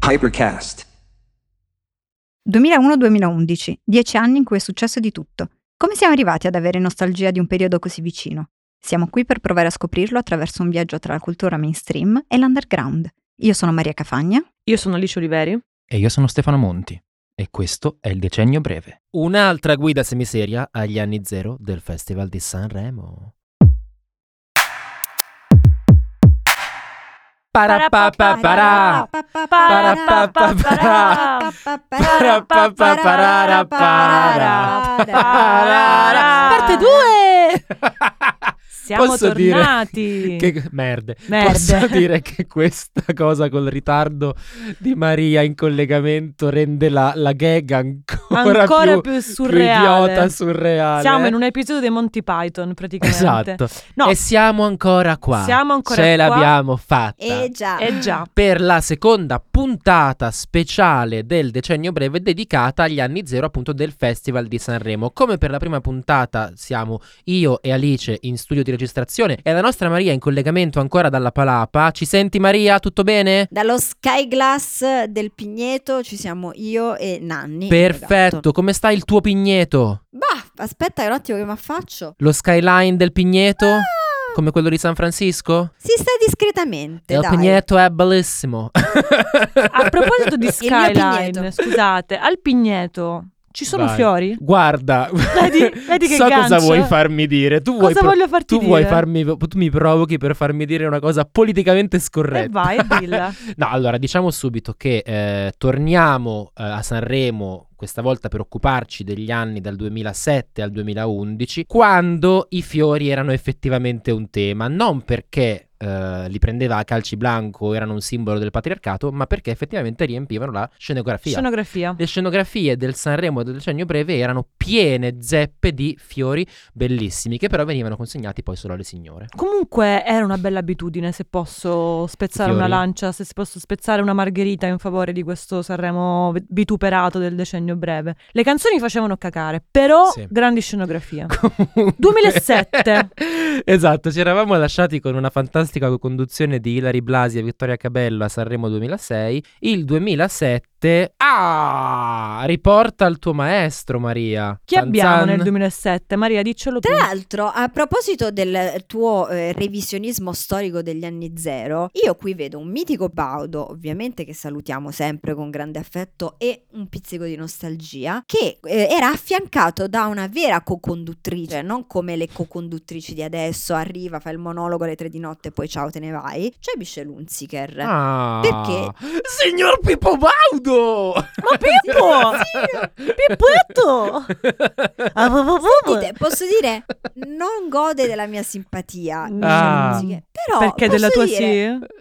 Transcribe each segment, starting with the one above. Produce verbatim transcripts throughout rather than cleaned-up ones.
Hypercast. duemilauno duemilaundici, dieci anni in cui è successo di tutto. Come siamo arrivati ad avere nostalgia di un periodo così vicino? Siamo qui per provare a scoprirlo attraverso un viaggio tra la cultura mainstream e l'underground. Io sono Maria Cafagna. Io sono Alice Oliveri. E io sono Stefano Monti. E questo è il Decennio Breve. Un'altra guida semiseria agli anni zero del Festival di Sanremo. Parapapapara. Parapapapara. Parapapapara. Parte due! Siamo Posso tornati. Dire che merde. Merde. Posso dire che questa cosa col ritardo di Maria in collegamento rende la, la gag ancora, Ancora più, più surreale. più idiota, surreale. Siamo in un episodio dei Monty Python praticamente. Esatto. No, E siamo ancora qua. Siamo ancora Ce qua. l'abbiamo fatta. Eh già. eh già. Per la seconda puntata speciale del Decennio Breve dedicata agli anni zero appunto del Festival di Sanremo. Come per la prima puntata siamo io e Alice in studio di registrazione e la nostra Maria in collegamento ancora dalla Palapa. Ci senti Maria? Tutto bene? Dallo Sky Glass del Pigneto ci siamo io e Nanni. Perfetto, come sta il tuo Pigneto? Bah, aspetta un attimo che mi affaccio. Lo skyline del Pigneto? Come quello di San Francisco? Si sta discretamente, Il dai. Pigneto è bellissimo. A proposito di mio Skyline, Pigneto. scusate, al Pigneto ci sono Vai. fiori? Guarda, Vedi- vedi che so cosa gancio? vuoi farmi dire. Tu vuoi Cosa voglio farti tu dire? vuoi farmi tu mi provochi per farmi dire una cosa politicamente E scorretta. vai, dilla. No, allora diciamo subito che eh, torniamo eh, a Sanremo questa volta per occuparci degli anni dal duemilasette al duemilaundici, quando i fiori erano effettivamente un tema, non perché Uh, li prendeva a calci blanco, erano un simbolo del patriarcato, ma perché effettivamente riempivano la scenografia. Scenografia. Le scenografie del Sanremo del Decennio Breve erano piene zeppe di fiori bellissimi, che però venivano consegnati poi solo alle signore. Comunque era una bella abitudine, se posso spezzare Fiori. una lancia, se posso spezzare una margherita in favore di questo Sanremo vituperato del Decennio Breve. Le canzoni facevano cacare, però Sì. grandi scenografie. Comunque- duemilasette. Esatto, ci eravamo lasciati con una fantastica conduzione di Ilary Blasi e Vittoria Cabello a Sanremo duemilasei. Il duemilasette ah, riporta il tuo maestro Maria. Chi Zan abbiamo zan. nel duemilasette? Maria, diccelo tu. Tra l'altro, a proposito del tuo eh, revisionismo storico degli anni zero, io qui vedo un mitico Baudo, ovviamente che salutiamo sempre con grande affetto e un pizzico di nostalgia, che eh, era affiancato da una vera co-conduttrice, non come le co-conduttrici di adesso, arriva, fa il monologo alle tre di notte e poi ciao te ne vai, cioè Michelle Hunziker. Ah, Perché? Signor Pippo Baudo! Ma Pippo! Pippetto! Sentite, posso dire, non gode della mia simpatia, Michelle Ah. Hunziker, però Perché posso della tua dire, sì?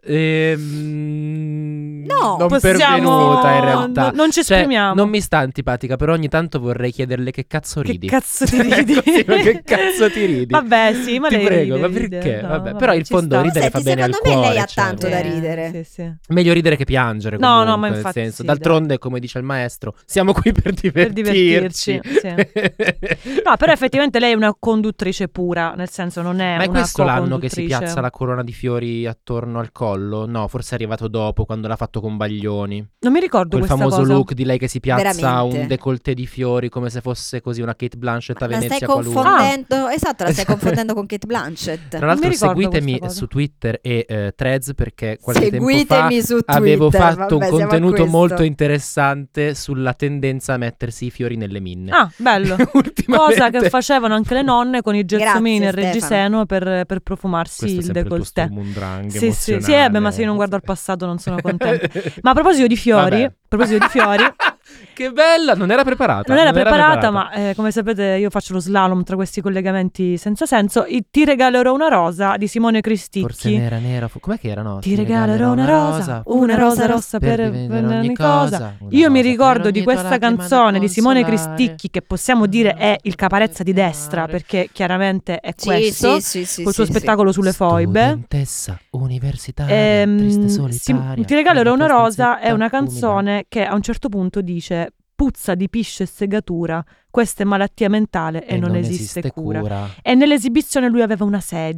Ehm, No, non possiamo- pervenuta in realtà. no, non ci Cioè, esprimiamo. non mi sta antipatica, però ogni tanto vorrei chiederle che cazzo Che ridi. cazzo ti ridi? Così, ma che cazzo ti ridi? Vabbè, sì, ma Ti lei prego, ride, ma ride. perché? No, Vabbè, vabbè, però in ci fondo sta. ridere fa Senti, bene al secondo me cuore. lei ha cioè. tanto da Eh, ridere. Sì, sì. Meglio ridere che piangere No, comunque, no, ma nel infatti senso. sì, D'altronde, come dice il maestro, siamo qui per Per divertirci. divertirci, No, però effettivamente lei è una conduttrice pura, nel senso non è Ma è una questo l'anno che si co-conduttrice. piazza la corona di fiori attorno al collo? No, forse è arrivato dopo, quando l'ha fatto con Baglioni. Non mi ricordo Quel questa famoso cosa. look di lei che si piazza Veramente. un décolleté di fiori come se fosse così una Kate Blanchett a La stai Venezia qualunque. confondendo, esatto, la stai Esatto. confondendo con Kate Blanchett. Tra l'altro mi ricordo seguitemi questa cosa. su Twitter e eh, Threads perché qualche tempo fa Seguitemi su Twitter. avevo fatto vabbè, un siamo a contenuto questo. molto interessante sulla tendenza a mettersi i fiori nelle minne. Ah, bello. Ultimamente. Cosa che facevano anche le nonne con i gelsomini Grazie, e il reggiseno per, per profumarsi Questo è il sempre il tuo décolleté. Sturmundrang Sì, sì, sì, emozionale. eh, beh, ma se io non guardo al passato non sono contenta. Ma a proposito di fiori, Vabbè. a proposito di fiori, Che bella, non era preparata. non era preparata, ma eh, come sapete io faccio lo slalom tra questi collegamenti senza senso. I Ti regalerò una rosa di Simone Forse Cristicchi. nera, nera. fu- Com'è che era? No? Ti regalerò una rosa, una rosa rossa per, per ogni cosa. Io mi ricordo di questa canzone di Simone Cristicchi, che possiamo dire è il caparezza di destra, perché chiaramente è Sì, questo, sì, sì, sì, col suo sì, spettacolo sulle foibe. Studentessa universitaria, Ehm, triste Sim- solitaria. Ti regalerò una nella tua rosa è stanzetta una umida. canzone che a un certo punto dice: puzza di pisce e segatura, questa è malattia mentale e, non, esiste, cura. E nell'esibizione lui aveva una sedia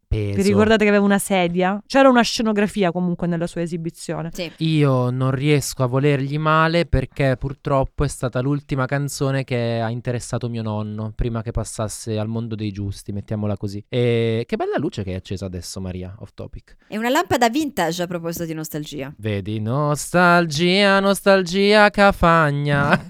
peso. Vi ricordate che aveva una sedia? C'era una scenografia comunque nella sua esibizione. Sì. Io non riesco a volergli male perché purtroppo è stata l'ultima canzone che ha interessato mio nonno prima che passasse al mondo dei giusti, mettiamola così. E che bella luce che hai acceso adesso, Maria, off topic. È una lampada vintage a proposito di nostalgia. Vedi, nostalgia, nostalgia cafagna.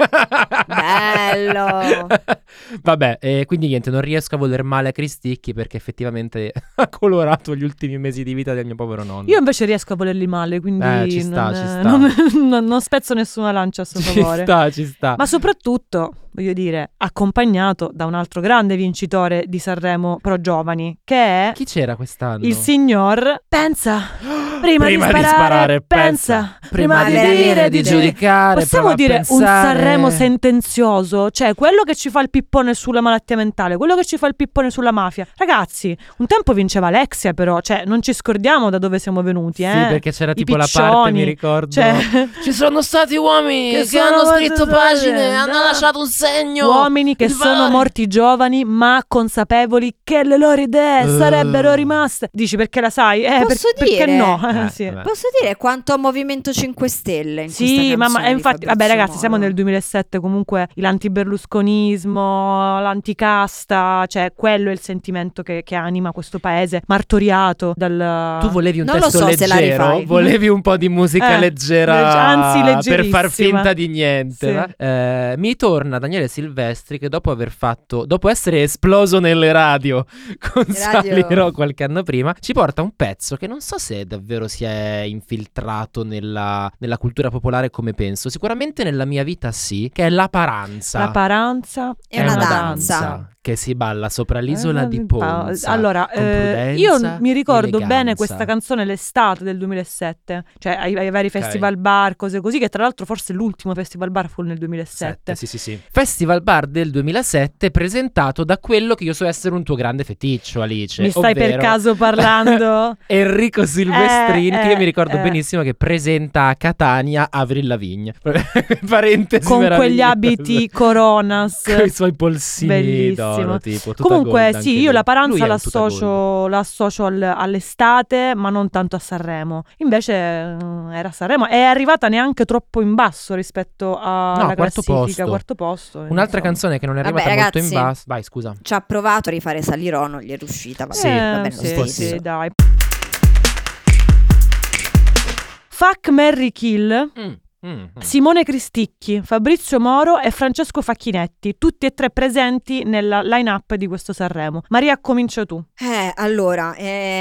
Bello. Vabbè, e quindi niente, non riesco a voler male a Cristicchi perché effettivamente ha colorato gli ultimi mesi di vita del mio povero nonno. Io invece riesco a volerli male, quindi Eh, ci sta, non, ci sta. non, non- non spezzo nessuna lancia a suo Ci favore. sta, ci sta. Ma soprattutto, voglio dire, accompagnato da un altro grande vincitore di Sanremo Pro Giovani, che è Chi c'era quest'anno? il signor Pensa. Prima, Prima di di sparare, sparare, pensa. pensa. Prima di dire, di giudicare, Possiamo prova a dire un pensare. Sanremo sentenzioso? Cioè, quello che ci fa il pippone sulla malattia mentale, quello che ci fa il pippone sulla mafia. Ragazzi, un tempo vinceva Alexia, però, cioè, non ci scordiamo da dove siamo venuti, eh? Sì, perché c'era I tipo la piccioni, parte, mi ricordo. Cioè, Ci sono stati uomini Che che, sono hanno morti scritto giovani, pagine, hanno no. lasciato un segno. uomini che Il sono valore. morti giovani, ma consapevoli che le loro idee Uh. sarebbero rimaste. Dici perché la sai? Eh, Posso per- dire? Perché no? Eh, Sì. vabbè. Posso dire quanto Movimento cinque Stelle in questa Sì, canzone ma, ma di infatti, Fabrizio vabbè ragazzi, siamo Moro? nel duemilasette, comunque l'antiberlusconismo, l'anticasta, cioè quello è il sentimento che, che anima questo paese martoriato dal... Tu volevi un Non lo testo so se la leggero, rifai. volevi un po' di musica Eh, leggera, legge- anzi, per far leggerissima. finta di niente. Sì. va? Eh, mi torna Daniele Silvestri che dopo aver fatto, dopo essere esploso nelle radio con Le radio- Salirò qualche anno prima, ci porta un pezzo che non so se davvero si è infiltrato nella, nella cultura popolare come penso. Sicuramente nella mia vita sì, che è La Paranza. La paranza È una danza. che si balla sopra l'isola Eh, di pa- Ponza. Allora, con eh, prudenza, io mi ricordo bene eleganza. questa canzone l'estate del duemilasette, cioè ai, ai vari festival bar, cose così, che tra l'altro forse l'ultimo festival bar fu nel duemilasette. Sette, sì, sì, sì. Festival Bar del duemilasette presentato da quello che io so essere un tuo grande feticcio, Alice. Mi stai per ovvero caso parlando? Enrico Silvestrini, Eh, che io eh, mi ricordo eh. benissimo che presenta a Catania Avril Lavigne. Parentesi Con quegli meravigliosa. abiti Coronas. Con i suoi polsini Bellissimo. d'oro, tipo, tutta Comunque gold sì, anche io lui. la Paranza Lui è un tutta gold. l'associo, l'associo al- all'estate, ma non tanto a Sanremo. Invece eh, era Sanremo, è arrivata neanche troppo in basso rispetto alla No, quarto classifica, posto. quarto posto. Un'altra insomma. canzone che non è Vabbè, arrivata molto in ragazzi. basso. Vai, scusa. Ci ha provato a rifare Salirò, non gli è riuscita. Vabbè, Sì, Eh, va bene lo sì, stesso. stesso. sì, dai. Fuck, Marry, Kill. Mm, mm, mm. Simone Cristicchi, Fabrizio Moro e Francesco Facchinetti, tutti e tre presenti nella line-up di questo Sanremo. Maria, comincia tu. Eh, allora,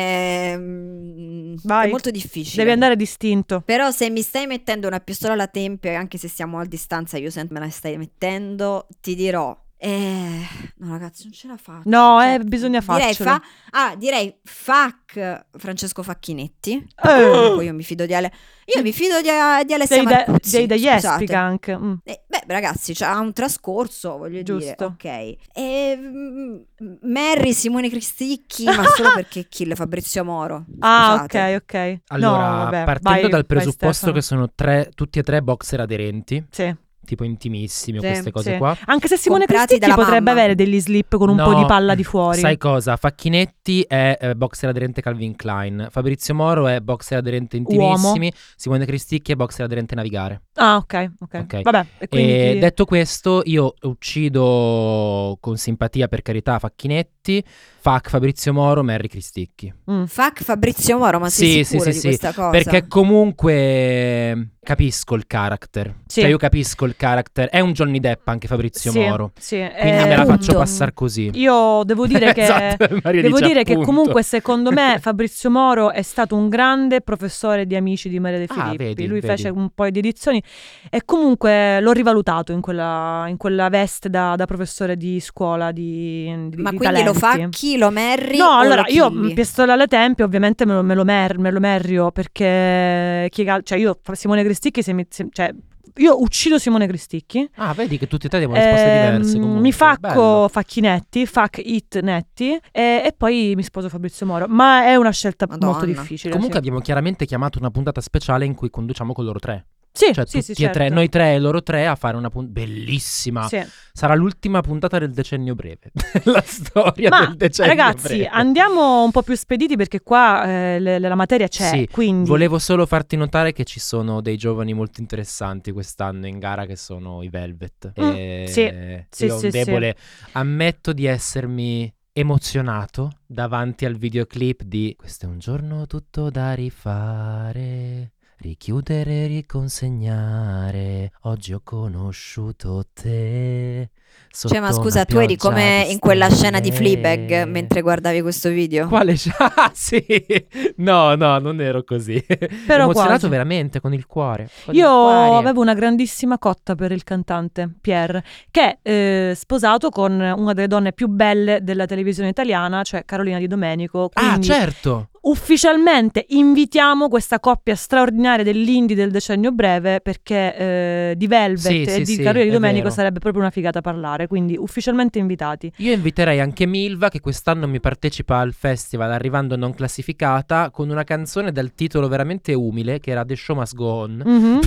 ehm, Vai. è molto difficile. Devi andare distinto. Però se mi stai mettendo una pistola alla tempia, anche se siamo a distanza, io sento me la stai mettendo, ti dirò. Eh, no ragazzi, non ce la faccio. No, Cioè, eh, bisogna direi farcela. fa- ah, direi fuck Francesco Facchinetti. Eh. Poi io mi fido di Ale. Io mi fido di, di Alessia Sei da, Marcuzzi. sei da scusate. Jespica anche. Mm. Eh, beh, ragazzi, c'ha un trascorso, voglio Giusto. dire. Ok. E, mm, Mary, Simone Cristicchi, ma solo perché kill Fabrizio Moro. Ah, Scusate. ok, ok. Allora, no, vabbè, partendo vai- dal vai, presupposto Stefano. che sono tre, tutti e tre boxer aderenti, Sì, tipo intimissimi o Sì, queste cose sì. qua. Anche se Simone Comprati Cristicchi dalla potrebbe mamma. avere degli slip con un No, po' di palla di fuori. Sai cosa? Facchinetti è eh, boxer aderente Calvin Klein, Fabrizio Moro è boxer aderente intimissimi, Simone Cristicchi è boxer aderente Navigare. Ah, ok, ok. Ok. Vabbè, e quindi E chi- detto questo, io uccido con simpatia, per carità, Facchinetti, Fac Fabrizio Moro, Mary Cristicchi. Mm. Fuck Fabrizio Moro, ma sei Sì, sicuro sì, di sì, sì, questa cosa? perché comunque capisco il character. Sì. Cioè io capisco il character. È un Johnny Depp anche Fabrizio Sì, Moro. sì, Quindi eh, me la appunto. faccio passare così. Io devo dire che Esatto, Maria devo dice dire che appunto. comunque secondo me Fabrizio Moro è stato un grande professore di Amici di Maria De Ah, Filippi. vedi, Lui vedi. fece un po' di edizioni e comunque l'ho rivalutato in quella, in quella veste da, da professore di scuola di, di Ma di quindi lo talenti. fa chi? Lo Merri? No, o allora lo io killi? mh, pistola alle tempie ovviamente me lo, me lo, mer- me lo merrio perché chi cal- cioè io Simone Cristicchi se mi, se- cioè io uccido Simone Cristicchi. Ah, vedi che tutti e tre devono risposte Ehm, diverse comunque. mi facco Bello. Facchinetti, fuck it Netti e, e poi mi sposo Fabrizio Moro. Ma è una scelta Madonna. molto difficile. Comunque sì. abbiamo chiaramente chiamato una puntata speciale in cui conduciamo con loro tre. Sì, cioè sì, tutti sì, e tre, certo. noi tre e loro tre a fare una puntata bellissima. Sì. Sarà l'ultima puntata del decennio breve. La storia Ma del decennio ragazzi, breve. andiamo un po' più spediti perché qua eh, le- la materia c'è. Sì, quindi volevo solo farti notare che ci sono dei giovani molto interessanti quest'anno in gara che sono i Velvet. Mm, E sì, sì, io sì, debole, ammetto di essermi emozionato davanti al videoclip di Questo è un giorno tutto da rifare, richiudere, riconsegnare, oggi ho conosciuto te. Cioè, ma sotto scusa, una tu eri pioggia come di in quella scena di stelle. Fleabag mentre guardavi questo video? Quale sc- Ah, sì. No, no, non ero così. Però Emozionato quasi. veramente con il cuore. con Io il cuore. avevo una grandissima cotta per il cantante Pierre, che è eh, sposato con una delle donne più belle della televisione italiana, cioè Carolina Di Domenico. Ah, Quindi certo. ufficialmente invitiamo questa coppia straordinaria dell'indie del decennio breve, perché eh, di Velvet Sì, e sì, di sì, Carolina Di è Domenico vero. sarebbe proprio una figata parlare, quindi ufficialmente invitati. Io inviterei anche Milva, che quest'anno mi partecipa al festival arrivando non classificata, con una canzone dal titolo veramente umile, che era The Show Must Go On. Mhm.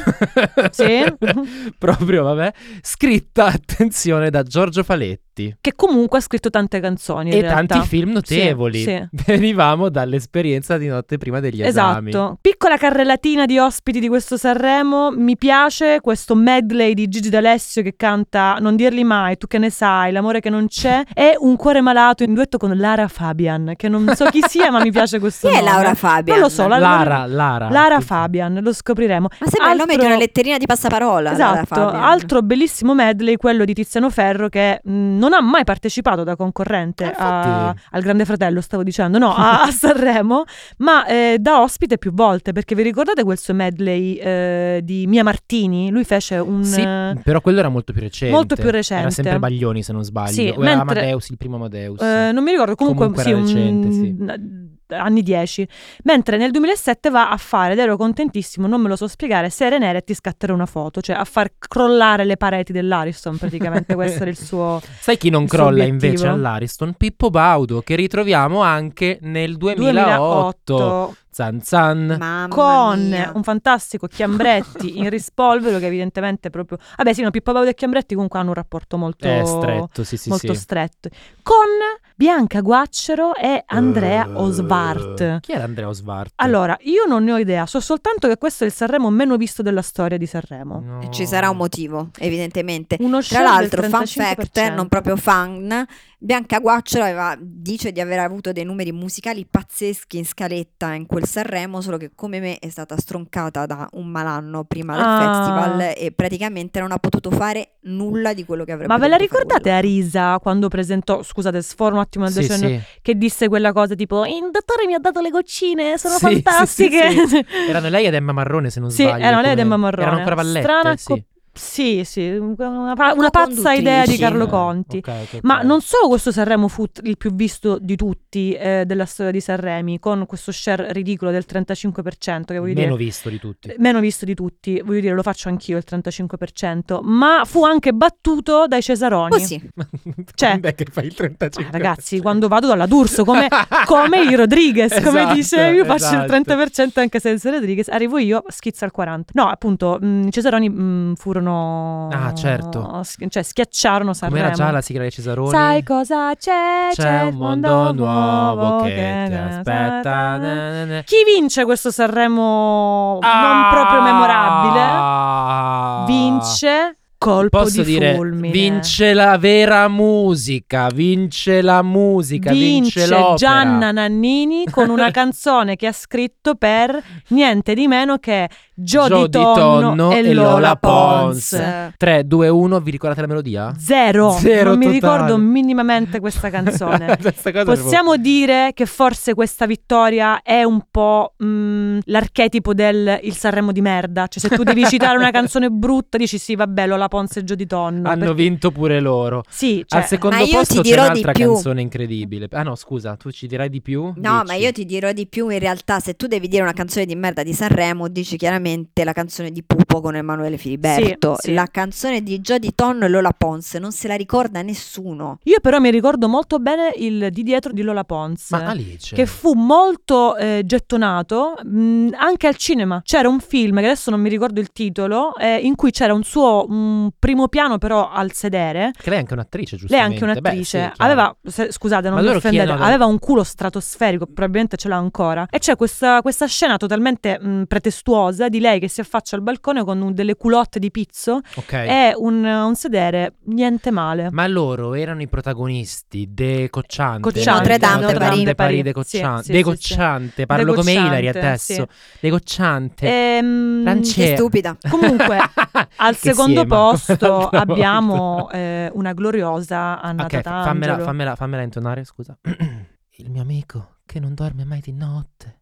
Sì. Proprio, vabbè. Scritta, attenzione, da Giorgio Faletti. Che comunque ha scritto tante canzoni in E realtà. tanti film notevoli. Sì, sì. Venivamo dall'esperienza di notte prima degli esami. Esatto. Piccola carrellatina di ospiti di questo Sanremo. Mi piace questo medley di Gigi D'Alessio che canta Non dirli mai, tu che ne sai, l'amore che non c'è, e Un cuore malato in duetto con Lara Fabian, che non so chi sia, ma mi piace questo Chi è nome. Laura Fabian? Non lo so, la- Lara, Lara. Lara Fabian, lo scopriremo. Ma sembra il nome Altro- di una letterina di passaparola. Laura Esatto, Fabian. altro bellissimo medley, quello di Tiziano Ferro, che mh, non ha mai partecipato da concorrente Eh, infatti. a- al Grande Fratello, stavo dicendo, no, a, a Sanremo, ma eh, da ospite più volte, perché vi ricordate quel suo medley eh, di Mia Martini? Lui fece un... Sì, eh, però quello era molto più recente. molto più recente. Era sempre Baglioni, se non sbaglio. Sì, o era mentre- Amadeus, il primo Amadeus. eh, non mi ricordo, comunque, Comunque sì, era un- recente, sì. anni dieci. Mentre nel duemilasette va a fare, ed ero contentissimo, non me lo so spiegare, Sere nere e ti scatterò una foto, cioè a far crollare le pareti dell'Ariston, praticamente questo era il suo... Sai chi non il suo crolla obiettivo. invece all'Ariston? Pippo Baudo, che ritroviamo anche nel duemilaotto. duemilaotto. Zan zan. Mamma Con mia. un fantastico Chiambretti in rispolvero, che evidentemente proprio... Vabbè sì, no, Pippo Baudo e Chiambretti comunque hanno un rapporto molto... È stretto, sì, sì, molto sì. stretto. Con Bianca Guaccero e Andrea Osvart. Chi era Andrea Osvart? Allora, io non ne ho idea, so soltanto che questo è il Sanremo meno visto della storia di Sanremo. No. Ci sarà un motivo, evidentemente. Uno Tra share l'altro, del fun trentacinque per fact, cento. non proprio fan, Bianca Guaccero aveva, dice di aver avuto dei numeri musicali pazzeschi in scaletta in quel Sanremo, solo che come me è stata stroncata da un malanno prima del Ah. festival e praticamente non ha potuto fare nulla di quello che avrebbe Ma ve la dovuto fare ricordate quell'anno. Arisa quando presentò, scusate sforo un attimo il Sì, decennio, sì. che disse quella cosa tipo il dottore mi ha dato le goccine, sono Sì, sì, fantastiche. sì, sì. Erano lei ed Emma Marrone, se non Sì, sbaglio. erano lei ed come- Emma Marrone. Erano ancora vallette, Strana sì. co- Sì, sì, una, pa- una pazza Co-conduttrici. idea di Carlo Eh, Conti. ok, ok, ok. Ma non solo questo Sanremo fu t- il più visto di tutti eh, della storia di Sanremi, con questo share ridicolo del trentacinque per cento, che voglio Meno dire, visto di tutti. meno visto di tutti, voglio dire, lo faccio anch'io il trentacinque per cento, ma fu anche battuto dai Cesaroni. Così. Cioè- Quando è che fai il trentacinque? Ah, ragazzi, quando vado dalla D'Urso, come, come i Rodriguez, come Esatto, dice, io faccio il esatto. trenta per cento anche senza Rodriguez, arrivo io, schizza al quaranta. No, appunto, mh, i Cesaroni mh, furono... Ah, certo. sch- cioè, schiacciarono Sanremo. Com'era già la sigla dei Cesaroni? Sai cosa c'è? C'è un mondo nuovo che ti aspetta. na, na, na. Chi vince questo Sanremo non Ah! proprio memorabile? Vince colpo Posso di dire, fulmine. vince la vera musica, vince la musica, vince, Vince l'opera. Gianna Nannini con una canzone che ha scritto per niente di meno che Gio, Gio Di Tonno e Lola Pons. Pons. tre, due, uno, vi ricordate la melodia? Zero, Zero non mi totale. ricordo minimamente questa canzone. Questa cosa Possiamo dire che forse questa vittoria è un po' mh, l'archetipo del il Sanremo di merda. Cioè, se tu devi citare una canzone brutta, dici sì, vabbè, Lola Pons Pons e Jodie Tonno. Hanno perché... vinto pure loro. Sì, cioè... Al secondo Ma io posto ti c'è dirò un'altra di più. canzone incredibile. Ah no, scusa, tu ci dirai di più? No, Dici. ma io ti dirò di più. In realtà, se tu devi dire una canzone di merda di Sanremo, dici chiaramente la canzone di Pupo con Emanuele Filiberto. Sì, sì. La canzone di Jodie Tonno e Lola Pons non se la ricorda nessuno. Io però mi ricordo molto bene il di dietro di Lola Pons. Ma Alice. Che fu molto eh, gettonato mh, anche al cinema. C'era un film, che adesso non mi ricordo il titolo, eh, in cui c'era un suo mh, primo piano però al sedere. Che lei è anche un'attrice, Lei è giustamente. anche un'attrice. Beh, sì, chiaro. aveva, se, scusate, non Ma mi loro offendete, chiedono- aveva un culo stratosferico, probabilmente ce l'ha ancora. E c'è questa, questa scena totalmente mh, pretestuosa di lei che si affaccia al balcone con un- delle culotte di pizzo Ok. e un, un sedere niente male. Ma loro erano i protagonisti de Cocciante. Cocciante, Notre Dame Notre de Dame Paris. de Paris, de Sì, Cocciante. sì, de sì, Cocciante. sì. Parlo De come Ilari Cocciante, adesso. sì. De Cocciante. Ehm, Francesco. Che stupida. Comunque, al Che secondo siema, posto come l'altra abbiamo volta. eh, una gloriosa Anna Ok, Tatangelo. fammela, fammela, fammela intonare, scusa. Il mio amico che non dorme mai di notte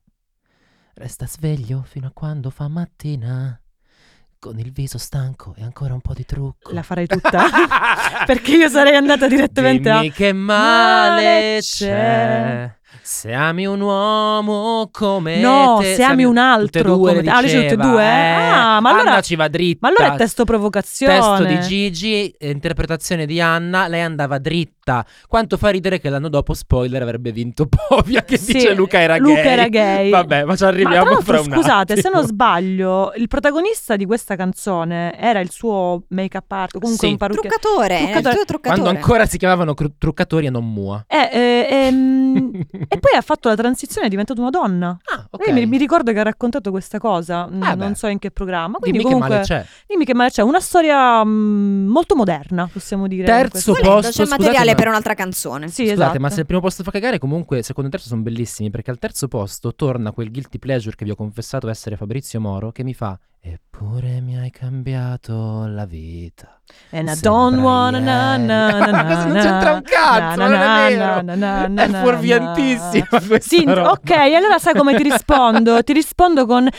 resta sveglio fino a quando fa mattina. Con il viso stanco e ancora un po' di trucco. La farei tutta perché io sarei andata direttamente Dimmi a che male Male c'è c'è. se ami un uomo come No, te. se ami un altro tutte e due come le te. Ah, le dice tutte e diceva, due? eh. Ah, ma allora- Anna ci va dritta. Ma allora è testo provocazione. Testo di Gigi, eh, interpretazione di Anna, lei andava dritta. Quanto fa ridere che l'anno dopo, spoiler, avrebbe vinto Povia, che Sì, dice Luca era Luca gay. era gay. Vabbè, ma ci Ma arriviamo tra l'altro, fra un scusate, se non attimo. sbaglio, il protagonista di questa canzone era il suo make-up art, comunque Sì. un parrucchiere. Truccatore, è il Truccatore. tuo truccatore. Quando ancora si chiamavano cru- truccatori e non Mua. Eh, eh, ehm, e poi ha fatto la transizione, è diventato una donna. Ah, ok. Io mi, mi ricordo che ha raccontato questa cosa, mm, Ah, non beh. so in che programma. Quindi Dimmi che comunque, male c'è. dimmi che male c'è. Una storia mm, molto moderna, possiamo dire. Terzo in questo- Volendo, posto, c'è scusate, materiale ma- per un'altra canzone. Sì, Scusate, esatto. ma se il primo posto fa cagare, comunque secondo e terzo sono bellissimi, perché al terzo posto torna quel guilty pleasure che vi ho confessato essere Fabrizio Moro, che mi fa: eppure mi hai cambiato la vita. And I Sembra don't wanna na ieri. na na na Questo non na, c'entra un cazzo, na non è na vero. na na na È na fuorviantissima na. questa Sì, roba. ok, allora sai come ti rispondo? Ti rispondo con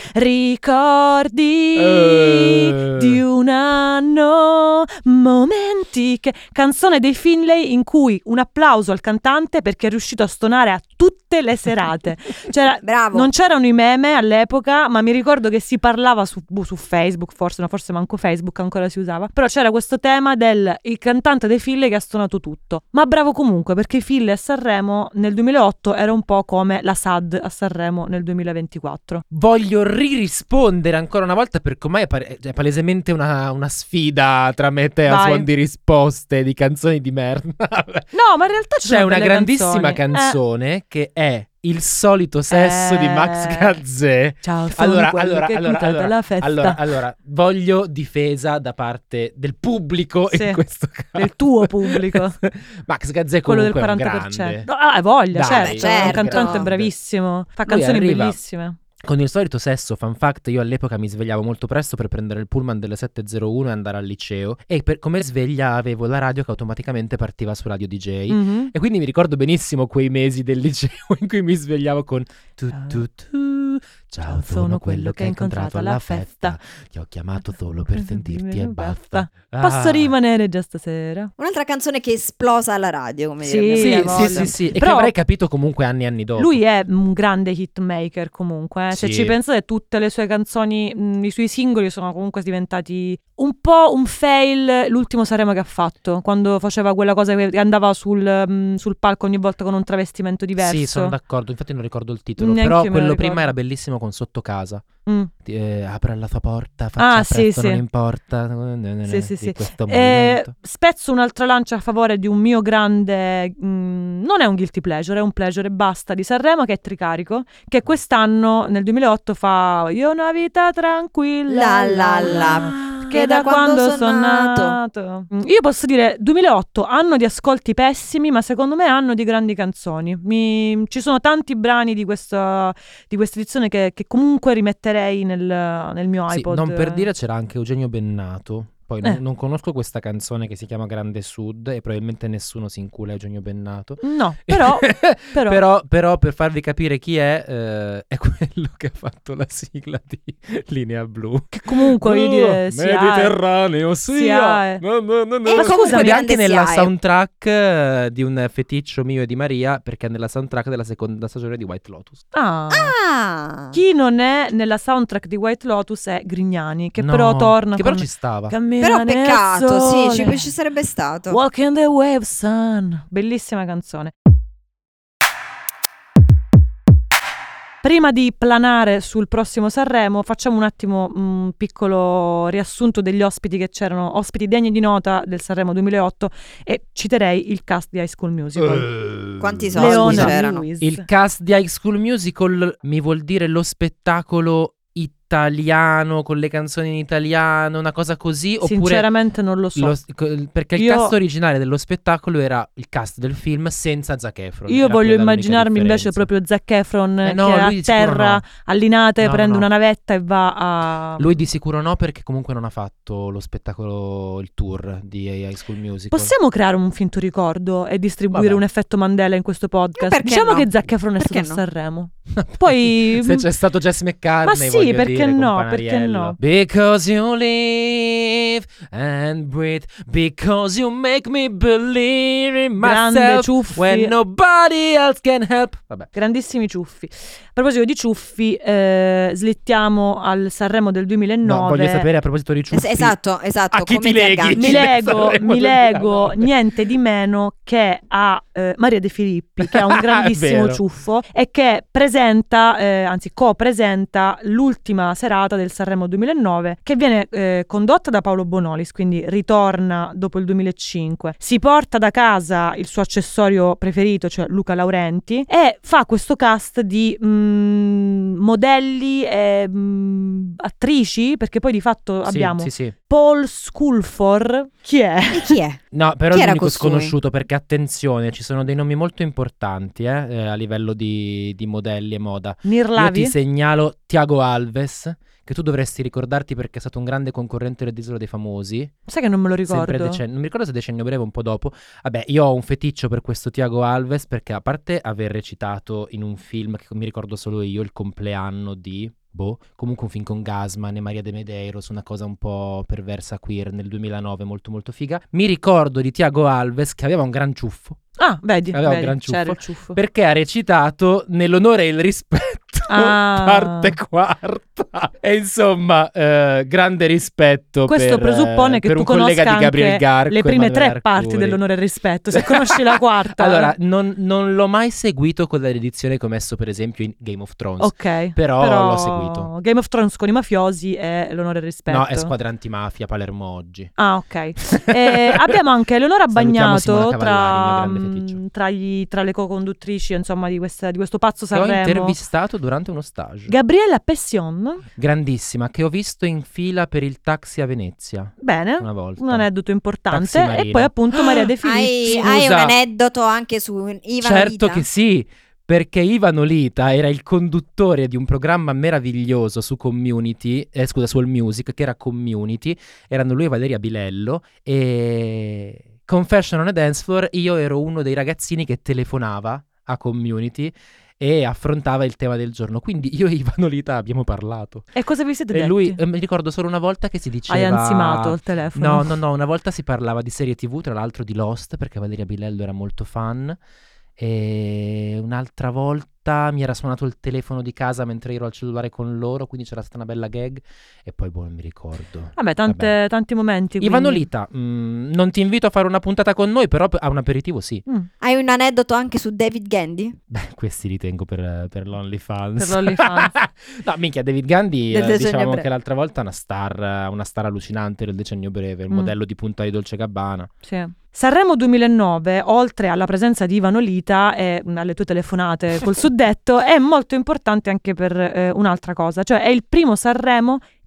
ricordi Eh. di un anno, momenti che... Canzone dei Finlay in cui un applauso al cantante perché è riuscito a stonare a tutte le serate. C'era, Bravo. non c'erano i meme all'epoca, ma mi ricordo che si parlava su, boh, su Facebook, forse, no, forse manco Facebook ancora si usava, però c'era questo tema del il cantante dei Finlay che ha stonato tutto. Ma bravo comunque, perché i Finlay a Sanremo nel duemilaotto era un po' come la S A D a Sanremo nel duemilaventiquattro. Voglio ririspondere ancora una volta, perché ormai è, pare- è palesemente una, una sfida tra me e te a Vai. suon di risposte di canzoni di merda. No, ma in realtà ci C'è sono una delle grandissima canzoni. canzone che è Il solito sesso di Max Eh. Gazzè. Ciao, sono Allora, quello allora, che allora, guida allora, dalla festa. allora, allora, voglio difesa da parte del pubblico Sì, in questo caso. del tuo pubblico. Max Gazzè Quello del comunque quaranta è un per grande. cento. Ah, hai voglia, Dai, certo, è un certo. cantante bravissimo. Fa Lui canzoni arriva- bellissime. Con Il solito sesso, fun fact, io all'epoca mi svegliavo molto presto per prendere il pullman delle sette e zero uno e andare al liceo, e per, come sveglia avevo la radio che automaticamente partiva su Radio D J. Mhm. E quindi mi ricordo benissimo quei mesi del liceo in cui mi svegliavo con tu tu tu. Ciao, sono quello che hai incontrato alla festa. Ti ho chiamato solo per sentirti e basta. Posso Ah. rimanere già stasera? Un'altra canzone che è esplosa alla radio, come Sì, dire. Sì, ha sì, voglia. sì, sì. E che Però- avrei capito comunque anni e anni dopo. Lui è un grande hitmaker comunque, eh. Se Sì. ci pensate tutte le sue canzoni, mh, i suoi singoli sono comunque diventati un po' un fail l'ultimo Sanremo che ha fatto, quando faceva quella cosa che andava sul, mh, sul palco ogni volta con un travestimento diverso. Sì, sono d'accordo, infatti non ricordo il titolo, Neanche però io me lo quello ricordo. prima era bellissimo con Sotto casa. Mm. Eh, apre la sua porta, faccia Ah, sì, presto, sì. non importa. Sì, sì, di sì. questo Eh, movimento. spezzo un'altra lancia a favore di un mio grande, mh, non è un guilty pleasure, è un pleasure e basta di Sanremo, che è Tricarico, che quest'anno nel duemilaotto fa Io ho una vita tranquilla, La, la, la. che da quando sono nato. Mm, Io posso dire duemilaotto, anno di ascolti pessimi, ma secondo me anno di grandi canzoni. Mi- ci sono tanti brani di questa, di questa edizione che, che comunque rimetterei nel, nel mio Sì, iPod. non per dire c'era anche Eugenio Bennato, Poi Eh. non, non conosco questa canzone che si chiama Grande Sud e probabilmente nessuno si incula Eugenio Bennato. No, però, però, però, però per farvi capire chi è, eh, è quello che ha fatto la sigla di Linea Blu. che comunque voglio dire, Oh, si ha- Mediterraneo, si sia. ha- No, no, no, no. E Ma comunque scusami, Ed è anche grande nella S I A E. soundtrack eh, di un feticcio mio e di Maria, perché è nella soundtrack della seconda stagione di White Lotus. Ah. Ah, Chi non è nella soundtrack di White Lotus è Grignani, che No, però torna Che con però ci stava. Cammina però nel peccato, sì, sole. ci, ci sarebbe stato. Walk in the wave sun. Bellissima canzone. Prima di planare sul prossimo Sanremo, facciamo un attimo un piccolo riassunto degli ospiti che c'erano, ospiti degni di nota del Sanremo duemilaotto, e citerei il cast di High School Musical. Eh, Quanti soldi Leona c'erano? Lewis. Il cast di High School Musical mi vuol dire lo spettacolo italiano con le canzoni in italiano, una cosa così, oppure Sinceramente non lo so. lo- co- perché il Io- cast originale dello spettacolo era il cast del film senza Zac Efron. Io Era voglio quella l'unica immaginarmi invece differenza. proprio Zac Efron Eh no, che è lui a di sicuro terra, no. allinate, No, prende no. una navetta e va a... Lui di sicuro no, perché comunque non ha fatto lo spettacolo, il tour di High School Musical. Possiamo creare un finto ricordo e distribuire Vabbè. un effetto Mandela in questo podcast? Perché Diciamo no? che Zac Efron è Perché stato a no? Sanremo. Poi- se c'è stato Jess McCartney, Ma sì, voglio perché dire, con no, Panariello. perché no? Because you live and breathe, because you make me believe in Grande myself Ciuffi. when nobody else can help. Vabbè. Grandissimi ciuffi. A proposito di ciuffi, eh, slittiamo al Sanremo del duemilanove. No, voglio sapere a proposito di Es- ciuffi. esatto, esatto. A chi come ti leghi? agganci? Mi Nel lego, Sanremo mi del lego duemilanove. niente di meno che a eh, Maria De Filippi, che è un grandissimo vero. ciuffo e che presenta, eh, anzi co-presenta l'ultima serata del Sanremo duemilanove, che viene eh, condotta da Paolo Bonolis, quindi ritorna dopo il duemilacinque. Si porta da casa il suo accessorio preferito, cioè Luca Laurenti, e fa questo cast di mm, modelli e mm, attrici, perché poi di fatto Sì, abbiamo sì, sì. Paul Sculfor. Chi è? E chi è? No, però Chi è era l'unico costui? sconosciuto, perché attenzione, ci sono dei nomi molto importanti eh, eh, a livello di, di modelli e moda. Io Nirlavi? ti segnalo Thiago Alves, che tu dovresti ricordarti perché è stato un grande concorrente dell'Isola dei Famosi. Sai che non me lo Sempre ricordo. decennio, non mi ricordo se decennio breve o un po' dopo. Vabbè, io ho un feticcio per questo Thiago Alves, perché a parte aver recitato in un film che mi ricordo solo io, Il compleanno di... Boh, comunque un film con Gasman e Maria De Medeiros, una cosa un po' perversa queer nel duemilanove, molto molto figa. Mi ricordo di Thiago Alves che aveva un gran ciuffo, Ah, vedi, aveva un vedi, gran c'era ciuffo, il ciuffo. perché ha recitato Nell'onore e il rispetto, Ah. parte quarta. E insomma, eh, grande rispetto Questo per, presuppone eh, che per tu un collega conosca di Gabriel anche Garco le e prime Emanuele tre parti Arcuri. dell'onore e il rispetto. Se conosci la quarta. Allora, non, non l'ho mai seguito con la dedizione che ho messo per esempio in Game of Thrones. ok. Però l'ho seguito. Game of Thrones con i mafiosi e l'onore e il rispetto. No, è Squadra Antimafia, Palermo oggi. Ah, ok. Eh, abbiamo anche Eleonora Salutiamo Simona Bagnato tra, Cavallari, mio grande mm, feticcio. tra, gli- tra le co-conduttrici, insomma, di, questa- di questo pazzo Che ho Sanremo. intervistato durante uno stage. Gabriella Pession. Grandissima, che ho visto in fila per il taxi a Venezia Bene. una volta. Un aneddoto importante. Taxi E Marina. poi appunto Maria De Filippi. Hai, Scusa. hai un aneddoto anche su Ivan Certo Vita? che sì, perché Ivan Olita era il conduttore di un programma meraviglioso su Community, eh, scusa, su All Music, che era Community. Erano lui e Valeria Bilello e Confession on a Dance Floor. Io ero uno dei ragazzini che telefonava a Community e affrontava il tema del giorno. Quindi io e Ivan Olita abbiamo parlato. E cosa vi siete E detti? lui, eh, mi ricordo solo una volta che si diceva... Hai ansimato il telefono? No, no, no, una volta si parlava di serie tivù, tra l'altro di Lost, perché Valeria Bilello era molto fan. E un'altra volta mi era suonato il telefono di casa mentre ero al cellulare con loro, quindi c'era stata una bella gag. E poi, boh, non mi ricordo. Vabbè, tante- Vabbè. tanti momenti. Ivan quindi. Olita, mm, non ti invito a fare una puntata con noi, però a un aperitivo sì. Mm, Hai un aneddoto anche su David Gandhi? Beh, questi li tengo per, per l'OnlyFans. Per l'OnlyFans. No, minchia, David Gandhi, Del eh, decennio dicevamo breve. anche l'altra volta, una star, una star allucinante del decennio breve, il Mm. modello di punta di Dolce Gabbana. sì. Sanremo duemilanove, oltre alla presenza di Ivan Olita e mm, alle tue telefonate col suddetto, è molto importante anche per eh, un'altra cosa, cioè è il primo Sanremo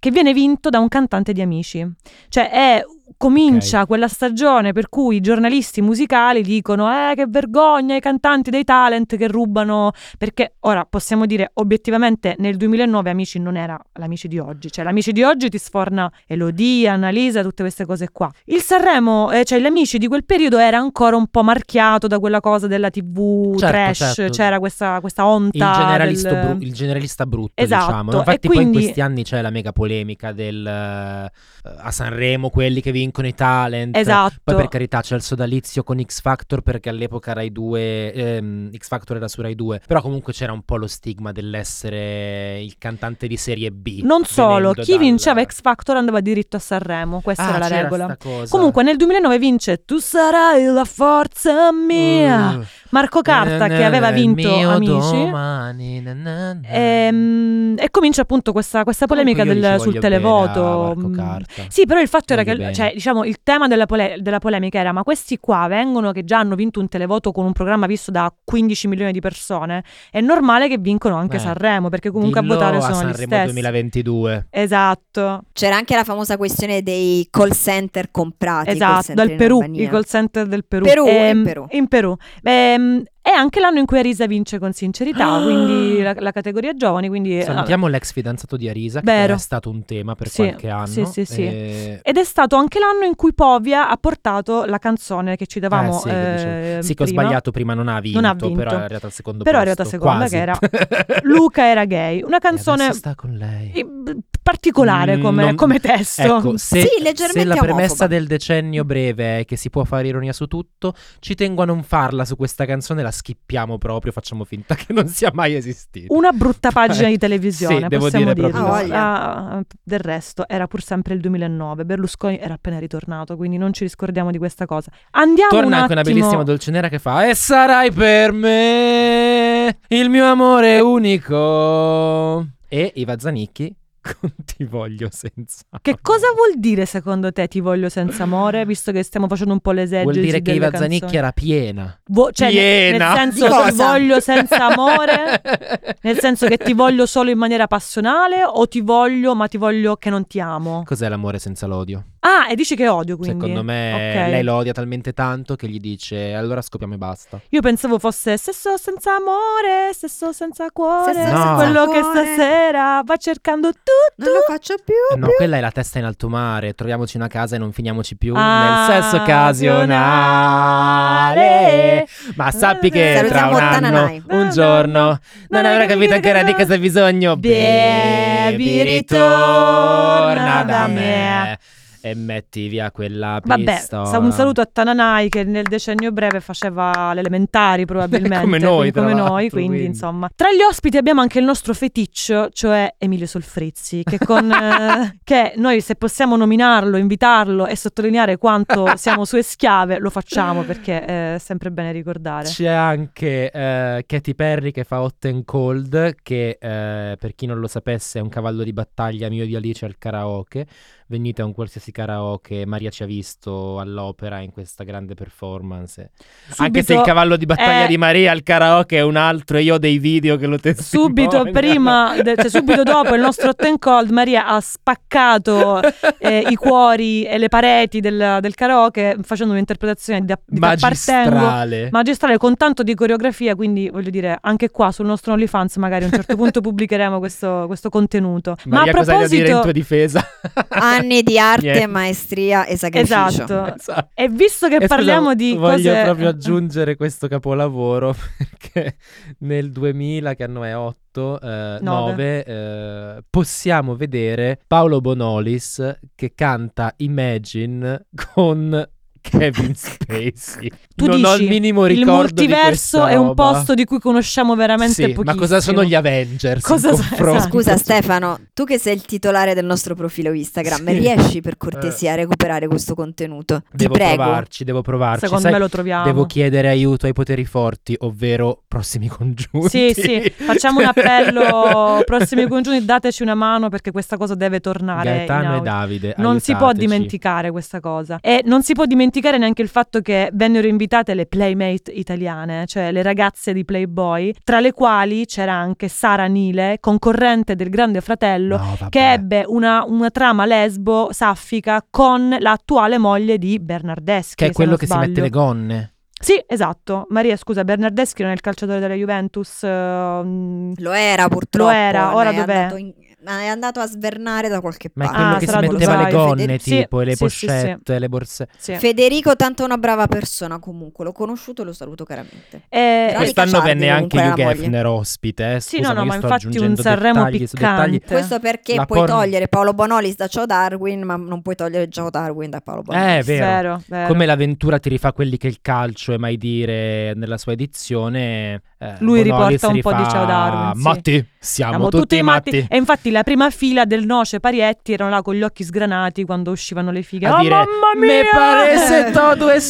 che viene vinto da un cantante di Amici. Cioè è comincia Ok. quella stagione per cui i giornalisti musicali dicono eh che vergogna i cantanti dei talent che rubano, perché ora possiamo dire obiettivamente nel duemilanove Amici non era l'Amici di oggi, cioè l'Amici di oggi ti sforna Elodie, Annalisa, tutte queste cose qua. Il Sanremo, eh, cioè l'Amici di quel periodo era ancora un po' marchiato da quella cosa della tivù Certo, trash, certo. c'era questa, questa onta Il generalista, del... bru- il generalista brutto, Esatto, diciamo. No, infatti e poi in quindi- questi anni c'è la mega polemica del eh, a Sanremo quelli che vincono i talent. Esatto. Poi per carità c'è il sodalizio con X Factor, perché all'epoca Rai due ehm, X Factor era su Rai due, però comunque c'era un po' lo stigma dell'essere il cantante di serie B. Non solo, venendo chi dal- vinceva X Factor andava diritto a Sanremo, questa Ah, era la c'era regola. sta cosa. Comunque nel duemilanove vince Tu sarai la forza mia, Uh, Marco Carta, che aveva il vinto mio Amici. domani, na, na, na. Ehm, E, comincia appunto questa, questa polemica Comunque io del- gli ci sul voglio bene a televoto. Marco Mm, Carta. Sì, però il fatto era Voglio che, bene. cioè, diciamo, il tema della, pole- della polemica era: ma questi qua vengono che già hanno vinto un televoto con un programma visto da quindici milioni di persone, è normale che vincono anche Eh, Sanremo, perché comunque Dillo a votare a sono gli Sanremo stessi. duemilaventidue. Esatto, C'era anche la famosa questione dei call center comprati. call esatto, center dal in Perù, Albania. i call center del Perù. Perù, Ehm, in Perù. in Perù. Ehm, è anche l'anno in cui Arisa vince con Sincerità, Ah! quindi la, la categoria giovani, quindi Salutiamo l'ex fidanzato di Arisa, che Vero. è stato un tema per Sì, qualche anno. sì, sì, sì. E- ed è stato anche l'anno in cui Povia ha portato la canzone che ci davamo Eh, sì, che dicevo. eh, Sì, che ho prima. sbagliato prima, non ha vinto, Non ha vinto. però è arrivata al secondo Però è posto. arrivata seconda, quasi. che era Luca era gay, una E canzone adesso sta con lei. eh, particolare Mm, come, non- come testo. Ecco, se, Sì, leggermente se la premessa omofoba. del decennio breve è che si può fare ironia su tutto, ci tengo a non farla su questa canzone, la skippiamo proprio, facciamo finta che non sia mai esistita. Una brutta pagina di televisione, Sì, devo possiamo dire proprio dirlo. di sì. Ah, del resto era pur sempre il duemilanove, Berlusconi era appena ritornato, quindi non ci riscordiamo di questa cosa. Andiamo Torna un anche una attimo. bellissima Dolcenera che fa: e sarai per me il mio amore unico. E Iva Zanicchi con Ti voglio senza Che amore. cosa vuol dire secondo te Ti voglio senza amore, visto che stiamo facendo un po' l'esegesi Vuol dire che delle Iva canzoni? Zanicchi era piena. Vo- cioè, nel- Piena. nel senso Di ti cosa? voglio senza amore, nel senso che ti voglio solo in maniera passionale, o ti voglio ma ti voglio che non ti amo? Cos'è l'amore senza l'odio? Ah, e dici che odio, quindi. Secondo me Ok. lei lo odia talmente tanto che gli dice allora scopiamo e basta. Io pensavo fosse sesso senza amore, sesso senza cuore, Sesso senza quello che cuore. stasera va cercando tutto. Non lo faccio più. Eh no, quella è la testa in alto mare, troviamoci una casa e non finiamoci più Ah, nel sesso occasionale. Ma sappi che tra Salutiamo un anno, Tananai. un giorno, non avrai capito ancora di cosa hai bisogno. Baby, ritorna da me. me e metti via quella Vabbè, pistola. sa- un saluto a Tananai che nel decennio breve faceva le elementari probabilmente. Come noi, quindi, tra come noi, l'altro, quindi, quindi. insomma. Tra gli ospiti abbiamo anche il nostro feticcio, cioè Emilio Solfrizzi, che con eh, che noi se possiamo nominarlo, invitarlo e sottolineare quanto siamo sue schiave, lo facciamo perché è sempre bene ricordare. C'è anche eh, Katy Perry che fa Hot and Cold, che eh, per chi non lo sapesse è un cavallo di battaglia mio di Alice al karaoke. Venite a un qualsiasi karaoke, Maria ci ha visto all'opera in questa grande performance. Anche se il cavallo di battaglia eh, di Maria al karaoke è un altro, e io ho dei video che lo testimoniano. Subito prima, de- cioè subito dopo il nostro Hot and Cold, Maria ha spaccato eh, i cuori e le pareti del, del karaoke facendo un'interpretazione di, di T'appartengo magistrale. magistrale con tanto di coreografia, quindi voglio dire anche qua sul nostro OnlyFans magari a un certo punto pubblicheremo questo, questo contenuto. Maria, Ma a cosa hai da dire in proposito, tua difesa? Anni di arte, Niente. maestria e sacrificio. esatto, Esatto. e visto che E scusa, parliamo di voglio cose proprio aggiungere questo capolavoro perché nel duemila, che anno è otto, eh, Nove. nove, eh, possiamo vedere Paolo Bonolis che canta Imagine con Kevin Spacey. Tu non dici, ho il minimo il ricordo di multiverso questa è un roba. posto di cui conosciamo veramente Sì, pochissimo. ma cosa sono gli Avengers? Cosa in so- confronto? esatto. Scusa Stefano, tu che sei il titolare del nostro profilo Instagram, Sì. riesci per cortesia a recuperare questo contenuto? Ti Devo prego. provarci, devo provarci. Secondo Sai, me lo troviamo. devo chiedere aiuto ai poteri forti, ovvero prossimi congiunti. Sì, sì, facciamo un appello, prossimi congiunti, dateci una mano perché questa cosa deve tornare in Gaetano e auge. Davide, Non si può aiutateci. dimenticare questa cosa. E non si può dimenticare dimenticare neanche il fatto che vennero invitate le playmate italiane, cioè le ragazze di Playboy, tra le quali c'era anche Sara Nile, concorrente del Grande Fratello, No, vabbè. che ebbe una, una trama lesbo saffica con l'attuale moglie di Bernardeschi. Che è se quello non che sbaglio. si mette le gonne. Sì, esatto. Maria, scusa, Bernardeschi non è il calciatore della Juventus? uh, Lo era purtroppo. Lo era, ora è dov'è? Andato in- è andato a svernare da qualche Ma è parte. quello Ah, che si sarà metteva Dubai. le gonne, Fede- tipo, e le sì, sì, sì, pochette, le borse. sì. Federico, tanto una brava persona comunque, l'ho conosciuto e lo saluto caramente. Eh, Veronica Quest'anno Ciardi venne anche comunque Hugh era la moglie. Geffner ospite, eh. Sì, Scusa, no, no, io ma sto infatti un aggiungendo Sanremo dettagli su dettagli. piccante. Questo perché La puoi porn- togliere Paolo Bonolis da Ciao Darwin, ma non puoi togliere Ciao Darwin da Paolo Bonolis. Eh, è vero. Vero, vero. Come l'avventura ti rifà quelli che il calcio è mai dire nella sua edizione, eh, Lui Bonolis riporta un po' di rifà, Ciao Darwin, sì. Matti, siamo, Siamo tutti matti. E infatti la prima fila del Noce Parietti erano là con gli occhi sgranati quando uscivano le fighe. A Oh, dire, mamma mia! me parece todo è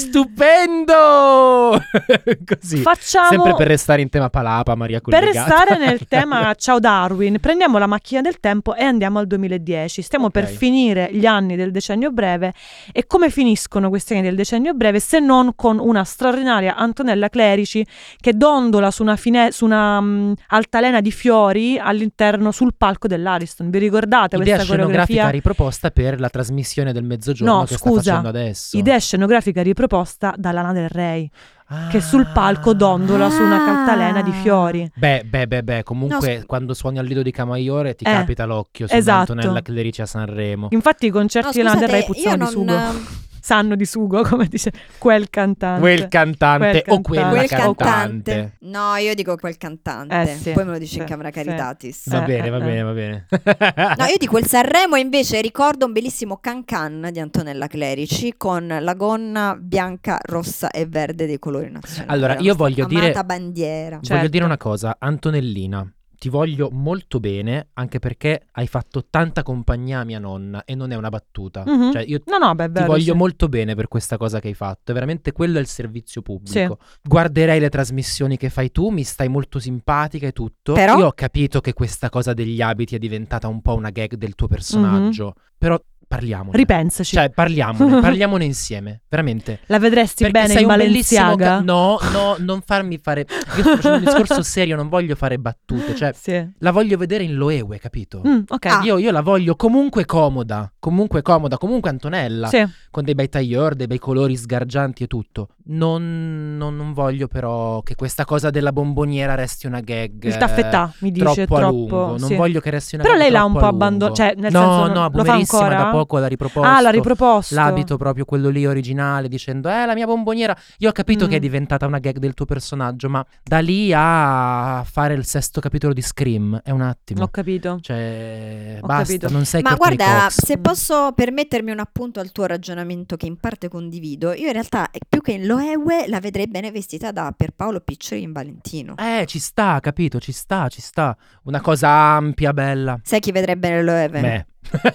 stupendo. Così. Facciamo... Sempre per restare in tema palapa, Maria Per collegata. restare nel tema Ciao Darwin, prendiamo la macchina del tempo e andiamo al duemiladieci. Stiamo Ok. per finire gli anni del decennio breve. E come finiscono questi anni del decennio breve se non con una straordinaria Antonella Clerici che dondola su una, fine- su una mh, altalena di fiori all'interno sul palco dell'Ariston. Vi ricordate Idea questa scenografica coreografia? riproposta per la trasmissione del mezzogiorno No, che scusa, sta facendo adesso. Idea scenografica riproposta da Lana Del Rey, Ah. che sul palco dondola su una altalena di fiori. Beh, beh, beh, beh, comunque No, s- quando suoni al Lido di Camaiore ti Eh, capita l'occhio su esatto. Antonella Clerici a Sanremo. Infatti i concerti di Lana Del Rey scusate, puzzano io di sugo. non... Sanno di sugo, come dice quel cantante. Quel cantante Quel o quella cantante. Quel cantante. cantante. No, io dico quel cantante. Eh, sì, Poi me lo dici in sì, camera sì. caritatis. Va Eh, bene, eh, va eh. bene, va bene. No, io di quel Sanremo invece ricordo un bellissimo Can Can di Antonella Clerici con la gonna bianca, rossa e verde dei colori nazionali. Allora, La io nostra voglio amata dire- bandiera. Cioè, Voglio Certo. dire una cosa, Antonellina, ti voglio molto bene anche perché hai fatto tanta compagnia a mia nonna e non è una battuta. Mhm. Cioè, io No, no, beh, è ti vero, voglio sì. molto bene per questa cosa che hai fatto. È veramente quello è il servizio pubblico. Guarderei le trasmissioni che fai tu, mi stai molto simpatica e tutto. Però- Io ho capito che questa cosa degli abiti è diventata un po' una gag del tuo personaggio. Però parliamone. Ripensaci. Cioè, parliamone, parliamone insieme, veramente. La vedresti Perché bene sei in un bellissimo Balenciaga? ca- No, no, non farmi fare. Io sto facendo un discorso serio, non voglio fare battute. Cioè, Sì. la voglio vedere in Loewe, capito? Mm, ok. Ah. Io, io la voglio comunque comoda, comunque comoda, comunque Antonella, Sì. con dei bei tailleur, dei bei colori sgargianti e tutto. Non, non, non voglio però che questa cosa della bomboniera resti una gag. Il taffetà, mi dice, troppo a troppo, lungo. Non sì. voglio che resti una Però gag lei l'ha troppo un po' a lungo. abbandonato, cioè, nel no, senso, no, lo fa boomerissima ancora? da poco l'ha riproposto. Ah, l'ha riproposto. L'abito proprio quello lì originale, dicendo eh la mia bomboniera. Io ho capito Mm. che è diventata una gag del tuo personaggio, ma da lì a fare il sesto capitolo di Scream è un attimo. Ho capito. Cioè, Ho basta, capito. non sei Ma Courtney guarda, Cox. se posso permettermi un appunto al tuo ragionamento che in parte condivido, io in realtà eh, più che in Loewe la vedrei bene vestita da Pierpaolo Piccioli in Valentino. Eh, ci sta, capito, ci sta, ci sta. Una cosa ampia, bella. Sai chi vedrebbe bene Loewe? Beh.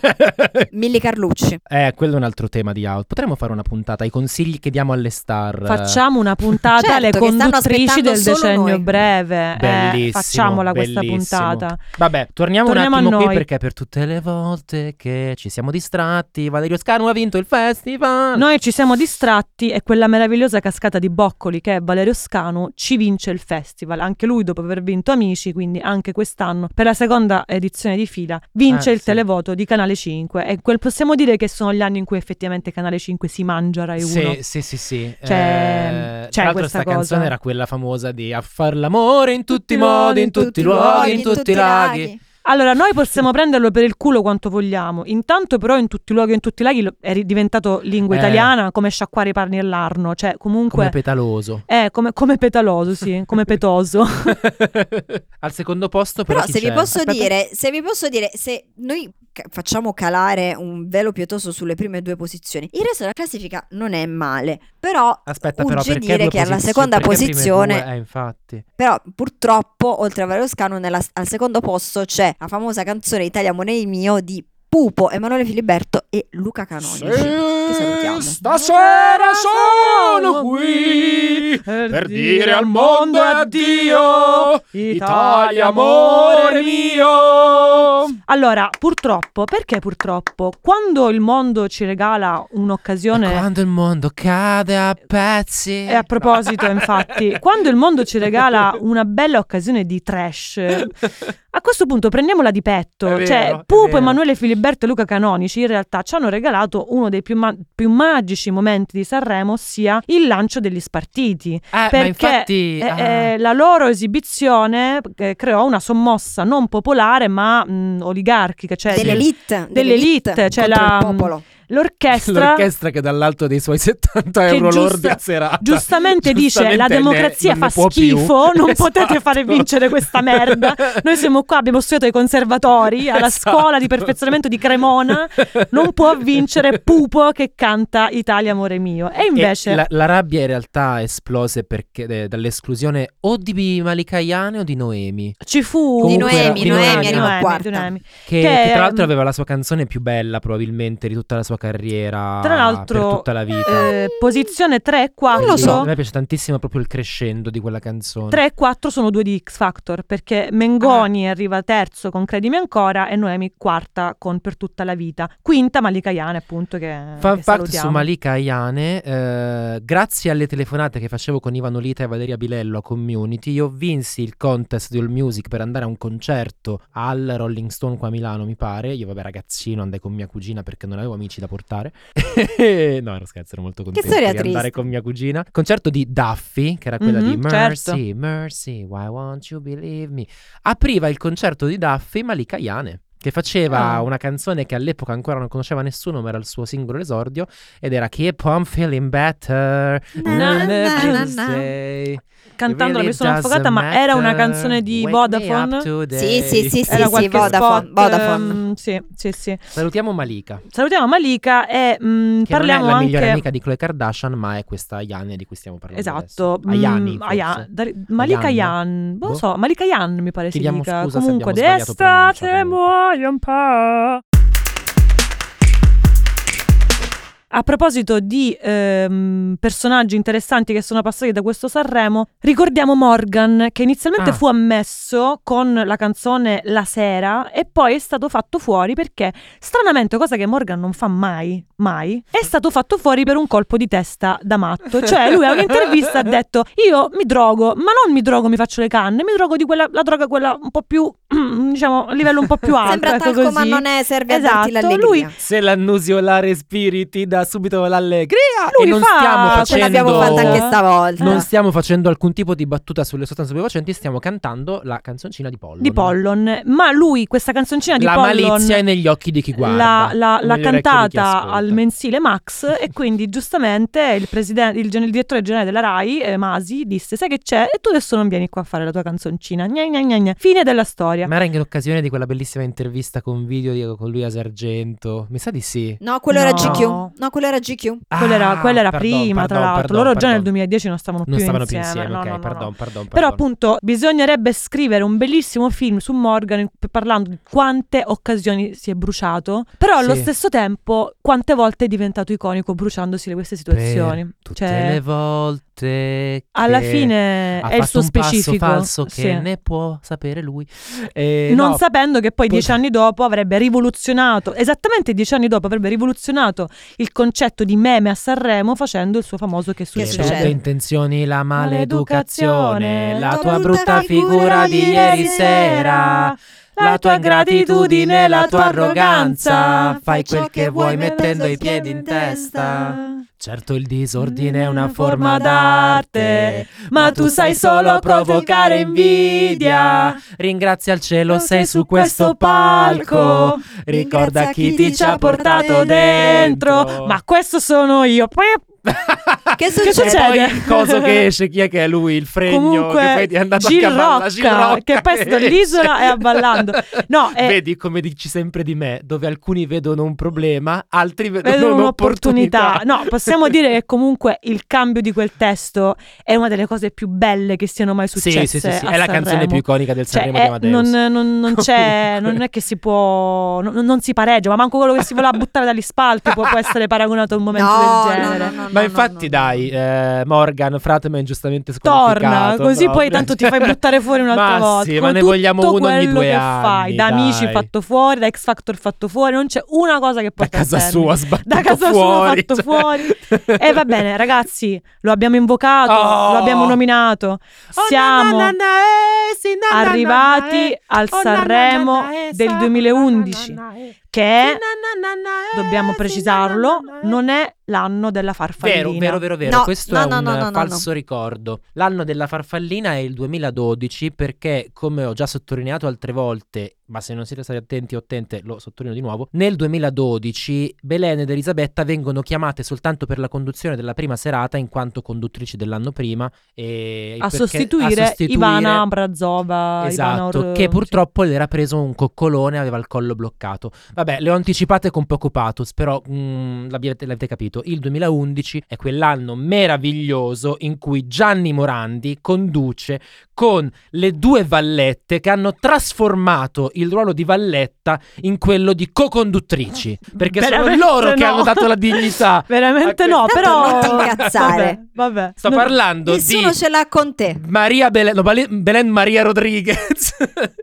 Milli Carlucci. Eh, quello è un altro tema di Out. Potremmo fare una puntata, i consigli che diamo alle star. Facciamo una puntata Certo, alle che stanno conduttrici aspettando del solo decennio noi. breve. Eh, Bellissimo, facciamola questa bellissimo. puntata. Vabbè, torniamo, Torniamo un a attimo qui noi. perché per tutte le volte che ci siamo distratti, Valerio Scanu ha vinto il festival. Noi ci siamo distratti e quella meravigliosa cascata di boccoli che è Valerio Scanu ci vince il festival. Anche lui dopo aver vinto Amici, quindi anche quest'anno per la seconda edizione di fila vince Eh, il sì. televoto di Canale cinque. E quel possiamo dire che sono gli anni in cui effettivamente Canale cinque si mangia Rai uno. Sì, sì, sì, sì. Cioè, Eh, c'è tra l'altro questa sta cosa. canzone era quella famosa di a far l'amore in tutti i Tutti i modi, in tutti i luoghi, in tutti i laghi. Allora, noi possiamo prenderlo per il culo quanto vogliamo. Intanto, però, in tutti i luoghi e in tutti i laghi lo- è ri- diventato lingua Eh. italiana, come sciacquare i panni all'arno. Cioè, comunque. Come petaloso. Eh, come, come petaloso, sì, come petoso. Al secondo posto però, Però chi se vi c'è? posso Aspetta. dire, se vi posso dire, se noi ca- facciamo calare un velo pietoso sulle prime due posizioni, il resto della classifica non è male. Però Aspetta, però urge perché dire due che alla posizioni- seconda perché prime posizione, due? Eh, infatti. però purtroppo oltre a Valerio Scanu nella- al secondo posto c'è la famosa canzone Italia Monei mio di Pupo, Emanuele Filiberto e Luca Canonici, che salutiamo. Stasera sono qui per dire al mondo addio, Italia amore mio. Allora, purtroppo, perché purtroppo, quando il mondo ci regala un'occasione... Quando il mondo cade a pezzi... E a proposito, infatti, quando il mondo ci regala una bella occasione di trash, a questo punto prendiamola di petto. È vero, cioè, è Pupo, vero. Emanuele Filiberto e Luca Canonici in realtà ci hanno regalato uno dei più, ma- più magici momenti di Sanremo, ossia il lancio degli Spartiti. Eh, ma perché infatti... eh, ah. eh, la loro esibizione eh, creò una sommossa non popolare ma mh, oligarchica, cioè Dell'elite, dell'elite, cioè contro la, il popolo. l'orchestra L'orchestra che dall'alto dei suoi settanta che euro giusta- lordi a serata giustamente dice giustamente la ne- democrazia non ne fa può più. schifo, non potete Esatto. fare vincere questa merda. Noi siamo qua, abbiamo studiato ai conservatori, alla Esatto. scuola di perfezionamento di Cremona, non può vincere Pupo che canta Italia amore mio. E invece E la, la rabbia in realtà esplose perché eh, dall'esclusione o di Malika Ayane o di Noemi, ci fu Di Comunque era- Noemi, di Noemi Noemi, arriva Noemi, quarta. di Noemi. che, Che, che tra l'altro ehm, aveva la sua canzone più bella probabilmente di tutta la sua carriera, Tra l'altro, per tutta la vita. eh, posizione tre e quattro. Non lo so. A me piace tantissimo proprio il crescendo di quella canzone. tre e quattro sono due di X Factor, perché Mengoni arriva terzo con Credimi ancora e Noemi quarta con Per tutta la vita. Quinta Malika Ayane, appunto, che, Fun che fact salutiamo. su Malika Ayane, eh, grazie alle telefonate che facevo con Ivan Olita e Valeria Bilello a Community, io vinsi il contest di All Music per andare a un concerto al Rolling Stone qua a Milano, mi pare. Io vabbè ragazzino andai con mia cugina perché non avevo amici da portare. No, ero scherzo, ero molto contento storia di andare triste. con mia cugina. Concerto di Duffy, che era quella Mhm, di Mercy, certo. Mercy, Why Won't You Believe Me. Apriva il concerto di Duffy Malika Ayane, che faceva Ah. una canzone che all'epoca ancora non conosceva nessuno, ma era il suo singolo esordio, ed era Keep on Feeling Better. Na, na, Never na, to na. say. Cantandola It mi sono really affogata, ma doesn't era una matter. canzone di Wake me Vodafone. up today. Sì, sì, sì, sì, Era sì, qualche Vodafone, spot, Vodafone. ehm, sì, sì, sì. Salutiamo Malika, Salutiamo Malika e mh, che parliamo non è la anche... migliore amica di Khloe Kardashian, ma è questa Ayane di cui stiamo parlando Esatto, adesso. Ayani, mm, forse. Aya- Dari- Malika Ayan? Yan, non Boh. so, Malika Yan mi pare si Chiediamo dica. scusa se Comunque, abbiamo sbagliato pronuncia, d'estate comunque. muoio un po'. A proposito di ehm, personaggi interessanti che sono passati da questo Sanremo, ricordiamo Morgan, che inizialmente Ah. fu ammesso con la canzone La Sera e poi è stato fatto fuori perché, stranamente, cosa che Morgan non fa mai, mai, è stato fatto fuori per un colpo di testa da matto. Cioè lui a un'intervista ha detto: io mi drogo, ma non mi drogo, mi faccio le canne, mi drogo di quella, la droga quella un po' più, diciamo, a livello un po' più alto. Sembra ecco talco, così. ma non è, serve a Esatto, darti l'allegria. lui- Se l'annusio la respiri ti dà subito l'allegria. Lui e non fa- stiamo ce Ce facendo l'abbiamo fatta anche stavolta. Non stiamo facendo alcun tipo di battuta sulle sostanze stupefacenti, stiamo cantando la canzoncina di Pollon. Di Pollon, ma lui questa canzoncina di La Pollon malizia è negli occhi di chi guarda. l'ha, l'ha- e l'ha negli orecchi di chi cantata ascolta. al mensile Max e quindi giustamente il, presidente, il, gen- il direttore generale della Rai, eh, Masi, disse: sai che c'è? E tu adesso non vieni qua a fare la tua canzoncina. Gna gna gna gna. Fine della storia. Ma era in occasione di quella bellissima intervista con video di, con lui a Sargento. Mi sa di sì. No, quello era No. G Q. No, quello era G Q. Quella era, Ah, quella era pardon, prima, tra pardon, l'altro. pardon, Loro già pardon. nel duemiladieci non stavano Non più stavano insieme. più insieme, No, ok, no, no, pardon, no. pardon, Però pardon. appunto bisognerebbe scrivere un bellissimo film su Morgan in- parlando di quante occasioni si è bruciato, però allo Sì. stesso tempo quante volte è diventato iconico bruciandosi le queste situazioni. Per tutte Cioè, le volte che alla fine ha è il fatto suo un specifico. passo falso che Sì. ne può sapere lui. Eh, Non no, sapendo che poi pot- dieci anni dopo avrebbe rivoluzionato, esattamente dieci anni dopo avrebbe rivoluzionato il concetto di meme a Sanremo facendo il suo famoso Che Che per succede. tutte intenzioni la maleducazione, Maleducazione, la la tua brutta brutta figura di ieri sera, la tua ingratitudine, la tua arroganza, fai quel che vuoi mettendo i piedi in testa. Certo il disordine è una forma d'arte, ma tu sai solo provocare invidia. Ringrazia il cielo, sei su questo palco, ricorda chi ti ci ha portato dentro. Ma questo sono io. Poi Che succede? succede? Poi il coso che esce, chi è che è lui? Il fregno Comunque, che poi è andato Gil a ballare. Rocca, Gil Rocca che poi è stato all'isola e a ballando. No, è- Vedi come dici sempre di me, dove alcuni vedono un problema, altri vedono, vedono un'opportunità. un'opportunità. No, possiamo dire che comunque il cambio di quel testo è una delle cose più belle che siano mai Sì, successe. sì, sì, sì. a È la canzone Sanremo. più iconica del Cioè, Sanremo è- di Amadeus. non, non- non c'è, non è che si può, non, non si pareggia, ma manco quello che si voleva buttare dagli spalti può, può essere paragonato a un momento No, del no, genere. no, no, Ma no, infatti no, no, dai, no. eh, Morgan, Fratman giustamente squalificato. Torna, così proprio. poi tanto ti fai buttare fuori un'altra Ma volta. sì, Con ma ne tutto vogliamo uno ogni quello due che anni, fai, da dai. Amici fatto fuori, da X Factor fatto fuori, non c'è una cosa che Da porta a casa termine. sua sbattuto Da casa sua fuori, fatto cioè. fuori. E va bene, ragazzi, lo abbiamo invocato, Oh. lo abbiamo nominato. Siamo arrivati al Sanremo del duemilaundici, che è, dobbiamo precisarlo, non è l'anno della farfallina. Vero, vero, vero, vero. No, Questo no, è no, un no, no, no, falso ricordo. L'anno della farfallina è il duemiladodici perché, come ho già sottolineato altre volte, ma se non siete stati attenti o attente lo sottolineo di nuovo, nel duemiladodici Belen ed Elisabetta vengono chiamate soltanto per la conduzione della prima serata in quanto conduttrici dell'anno prima e A perché- sostituire, a sostituire- Ivana Brazova. Esatto, Ivana Or- che purtroppo le era preso un coccolone, aveva il collo bloccato. Vabbè, le ho anticipate con poco pathos, però mm, l'abbiate, l'avete capito. Il duemilaundici è quell'anno meraviglioso in cui Gianni Morandi conduce con le due vallette che hanno trasformato il ruolo di valletta in quello di co-conduttrici, perché sono Veramente loro che no. hanno dato la dignità. Veramente a no, questa- però non ti incazzare. Vabbè, vabbè. Sto Non- parlando Nessuno di ce l'ha con te. Maria Belen, no, Bale- Belen Maria Rodriguez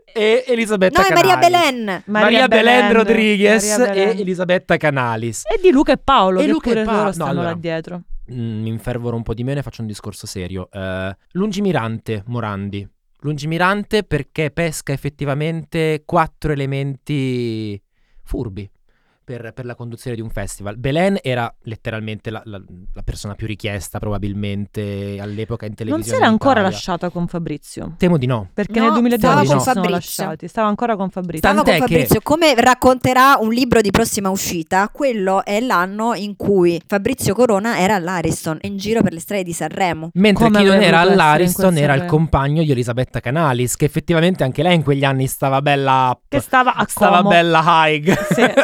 e Elisabetta No, è Canalis. Maria Belen. Maria, Belen Rodriguez Maria Belen. e Elisabetta Canalis. E di Luca e Paolo, E che Luca e pure Pa- loro no, stanno allora. là dietro. Mm, mi infervoro un po' di meno e faccio un discorso serio. Eh, lungimirante Morandi. Lungimirante perché pesca effettivamente quattro elementi furbi per, per la conduzione di un festival. Belen era letteralmente la, la- la persona più richiesta probabilmente all'epoca in Non televisione. si era in ancora Italia. lasciata con Fabrizio. Temo di no. Perché No, nel duemiladodici stava si con sono Fabrizio. lasciati. Stava ancora con Fabrizio. Stava con Tant'è che- Fabrizio, come racconterà un libro di prossima uscita, quello è l'anno in cui Fabrizio Corona era all'Ariston, in giro per le strade di Sanremo. Mentre Come chi non avrei era voluto essere in all'Ariston quel era il Sanremo. compagno di Elisabetta Canalis, che effettivamente anche lei in quegli anni stava bella up. Che stava a Stava Como. bella high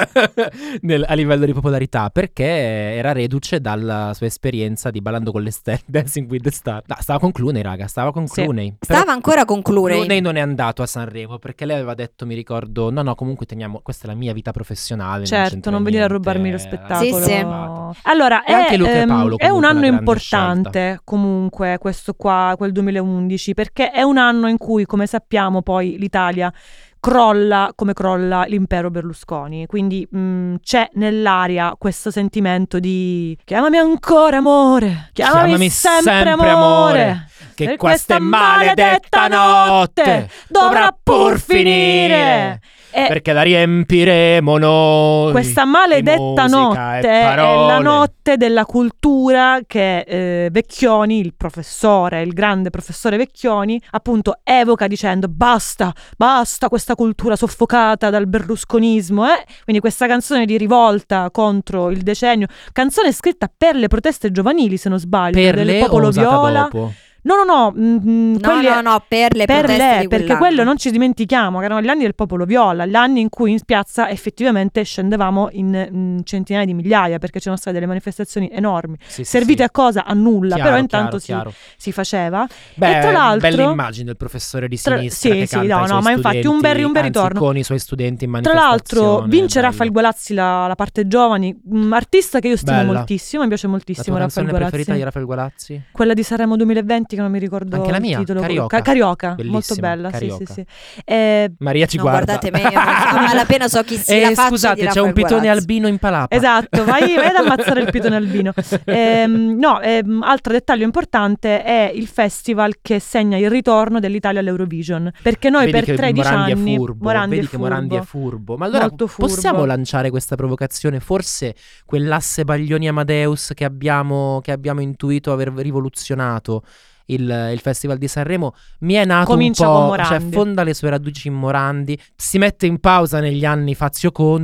Sì. nel- a livello di popolarità, perché era reduce dalla sua esperienza di Ballando con le Stelle, Dancing with the Stars. No, stava con Clooney, raga, stava con Sì. Clooney. Però Stava ancora con Clooney. Clooney non è andato a Sanremo perché lei aveva detto, mi ricordo, no no, comunque teniamo, questa è la mia vita professionale. Certo, c'entra non venire a niente, rubarmi lo eh, spettacolo. Sì, sì. Allora, E è, anche Luca e ehm, Paolo, è un comunque, anno una grande importante comunque questo qua, quel duemilaundici, perché è un anno in cui, come sappiamo, poi l'Italia crolla come crolla l'impero Berlusconi, quindi mh, c'è nell'aria questo sentimento di chiamami ancora amore, chiamami, Chiamami sempre, sempre amore, amore, che per questa è maledetta notte dovrà pur finire. E perché la riempiremo noi. questa di maledetta musica notte e è la parole. notte della cultura che eh, Vecchioni, il professore, il grande professore Vecchioni, appunto evoca dicendo basta, basta questa cultura soffocata dal berlusconismo. Eh? Quindi questa canzone di rivolta contro il decennio, canzone scritta per le proteste giovanili, se non sbaglio, Per del le popolo o usata viola. dopo? No, no, no, mm, No, quelli- no, no, per le per proteste lei, di perché quell'anno. quello non ci dimentichiamo, che erano gli anni del popolo viola, gli anni in cui in piazza effettivamente scendevamo in mm, centinaia di migliaia, perché c'erano state delle manifestazioni enormi. Sì, sì, Servite sì. a cosa? A nulla, Chiaro, però intanto chiaro, si, chiaro. si faceva. Beh, e tra l'altro, bella immagine del professore di tra- sinistra sì, che sì, canta no, ai no, suoi ma infatti un studenti, bel, un bel anzi, ritorno. con i suoi studenti in Tra manifestazione. l'altro vince bello. Raffaele Gualazzi la, la parte giovani, mm, artista che io stimo Bella. moltissimo, mi piace La moltissimo tua Raffaele canzone Gualazzi. preferita di Raffaele Gualazzi? Quella di Sanremo duemilaventi che non mi ricordo Anche la il mia, titolo. Carioca. Ca- Carioca, molto Bellissima, bella, Carioca. sì, sì, sì. Eh, Maria ci No, guarda. guardate me, io non- malapena so chi sia Eh, la faccia scusate, di c'è Raffaele un pitone Gualazzi. albino in palapa. Esatto, vai, vai ad ammazzare il pitone albino. Ehm, no, ehm, altro dettaglio importante è il festival che segna il ritorno dell'Italia all'Eurovision, perché noi Vedi per che tredici Morandi anni è furbo, Morandi vedi è che Morandi è furbo. furbo. Ma allora Molto furbo. possiamo lanciare questa provocazione? Forse quell'asse Baglioni Amadeus che abbiamo, che abbiamo intuito aver rivoluzionato il, il Festival di Sanremo mi è nato Comincia un con po', Morandi. cioè fonda le sue radici in Morandi, si mette in pausa negli anni Fazio Conti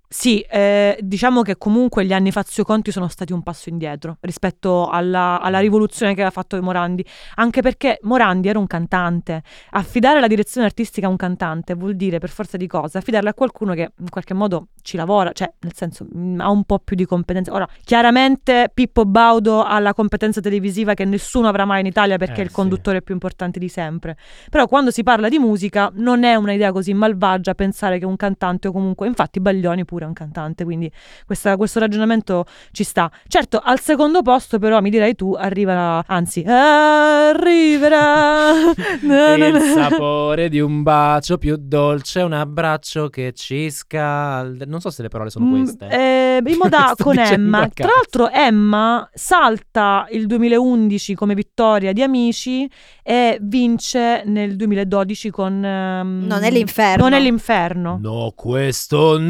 Sì, eh, diciamo che comunque gli anni Fazio Conti sono stati un passo indietro rispetto alla, alla rivoluzione che aveva fatto Morandi, anche perché Morandi era un cantante. Affidare la direzione artistica a un cantante vuol dire per forza di cose affidarla a qualcuno che in qualche modo ci lavora, cioè nel senso mh, ha un po' più di competenze. Ora, chiaramente Pippo Baudo ha la competenza televisiva che nessuno avrà mai in Italia perché Eh, è il conduttore più importante di sempre, però quando si parla di musica non è una idea così malvagia pensare che un cantante o comunque, infatti Baglioni pure è un cantante, quindi questa, questo ragionamento ci sta. Certo, al secondo posto però mi direi tu arriverà, anzi arriverà Il sapore di un bacio più dolce, un abbraccio che ci scalda. Non so se le parole sono Mm, queste. eh, in moda Sto con dicendo Emma. a Tra caso. l'altro Emma salta il duemilaundici come vittoria di Amici e vince nel duemiladodici con ehm, Non è l'inferno. Non è l'inferno. No, questo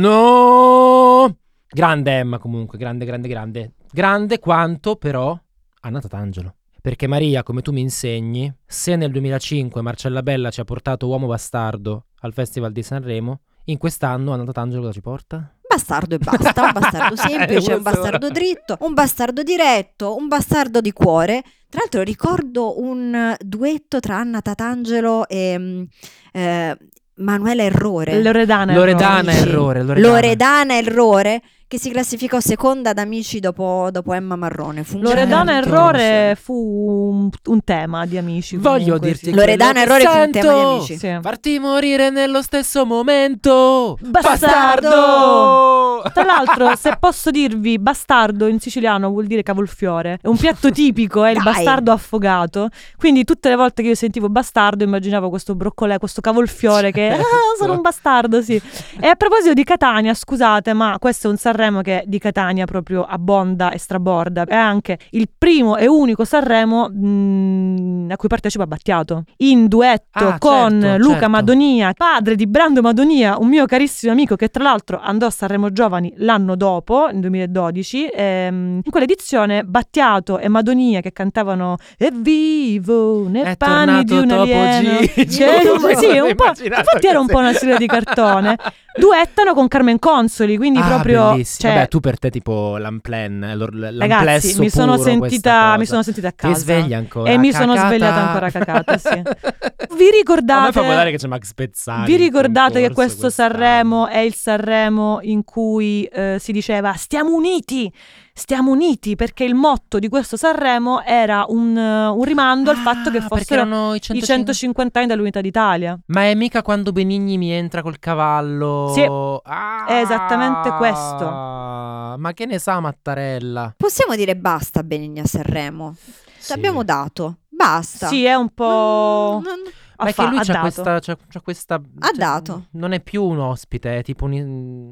no. Grande Emma comunque, grande, grande, grande. Grande quanto però Anna Tatangelo. Perché Maria, come tu mi insegni, se nel duemilacinque Marcella Bella ci ha portato Uomo Bastardo al Festival di Sanremo, in quest'anno Anna Tatangelo cosa ci porta? Bastardo e basta, un bastardo semplice, un bastardo dritto, un bastardo diretto, un bastardo di cuore. Tra l'altro ricordo un duetto tra Anna Tatangelo e mm, eh, Manuela Errore. Loredana. Loredana Errore. Errore. Loredana. Loredana Errore, che si classificò seconda ad Amici dopo, dopo Emma Marrone. Fu un Loredana certo. Errore fu un, un tema di Amici. Voglio comunque, dirti sì. che Loredana quello Errore che fu un tema di sento, Amici. Sì. farti morire nello stesso momento. Bastardo! Tra l'altro, se posso dirvi, bastardo in siciliano vuol dire cavolfiore. È un piatto tipico, è il Dai. bastardo affogato. Quindi tutte le volte che io sentivo bastardo immaginavo questo broccolè, questo cavolfiore che ah, sono un bastardo, sì. E a proposito di Catania, scusate, ma questo è un Sanremo che di Catania proprio abbonda e straborda. È anche il primo e unico Sanremo mh, a cui partecipa Battiato. In duetto Ah, con certo, Luca certo. Madonia, padre di Brando Madonia, un mio carissimo amico che tra l'altro andò a Sanremo Giovani l'anno dopo, nel duemiladodici. Ehm, in quell'edizione Battiato e Madonia che cantavano "E vivo nei È panni di tornato un Topo alieno". Gigio. Che è un po'- sì, Non ho un po', immaginato infatti era un che po' una se- sigla di cartone. Duettano con Carmen Consoli, quindi Ah, proprio bellissimo. cioè, Vabbè, tu per te tipo l'amplen, l'or- ragazzi, l'amplesso mi sono puro, questa sentita cosa. mi sono sentita a casa. Ti svegli ancora e mi sono cacata. svegliata ancora cacata, sì. Vi A me ricordate fa volare che c'è Max Pezzali. Vi in ricordate che concorso questo quest'anno. Sanremo è il Sanremo in cui eh, si diceva stiamo uniti, stiamo uniti, perché il motto di questo Sanremo era un, uh, un rimando al fatto che Ah, perché fossero erano i i centocinquanta centocinquanta anni dall'Unità d'Italia. Ma è mica quando Benigni mi entra col cavallo? Sì, Ah, è esattamente questo. Ma che ne sa Mattarella? Possiamo dire basta Benigni a Sanremo. Sì. L'abbiamo dato. Basta. Sì, è un po'... Non- non- ha Ma è fa- che lui ha c'ha dato. questa, c'ha, c'ha questa Ha cioè, dato. Non è più un ospite, è tipo un, un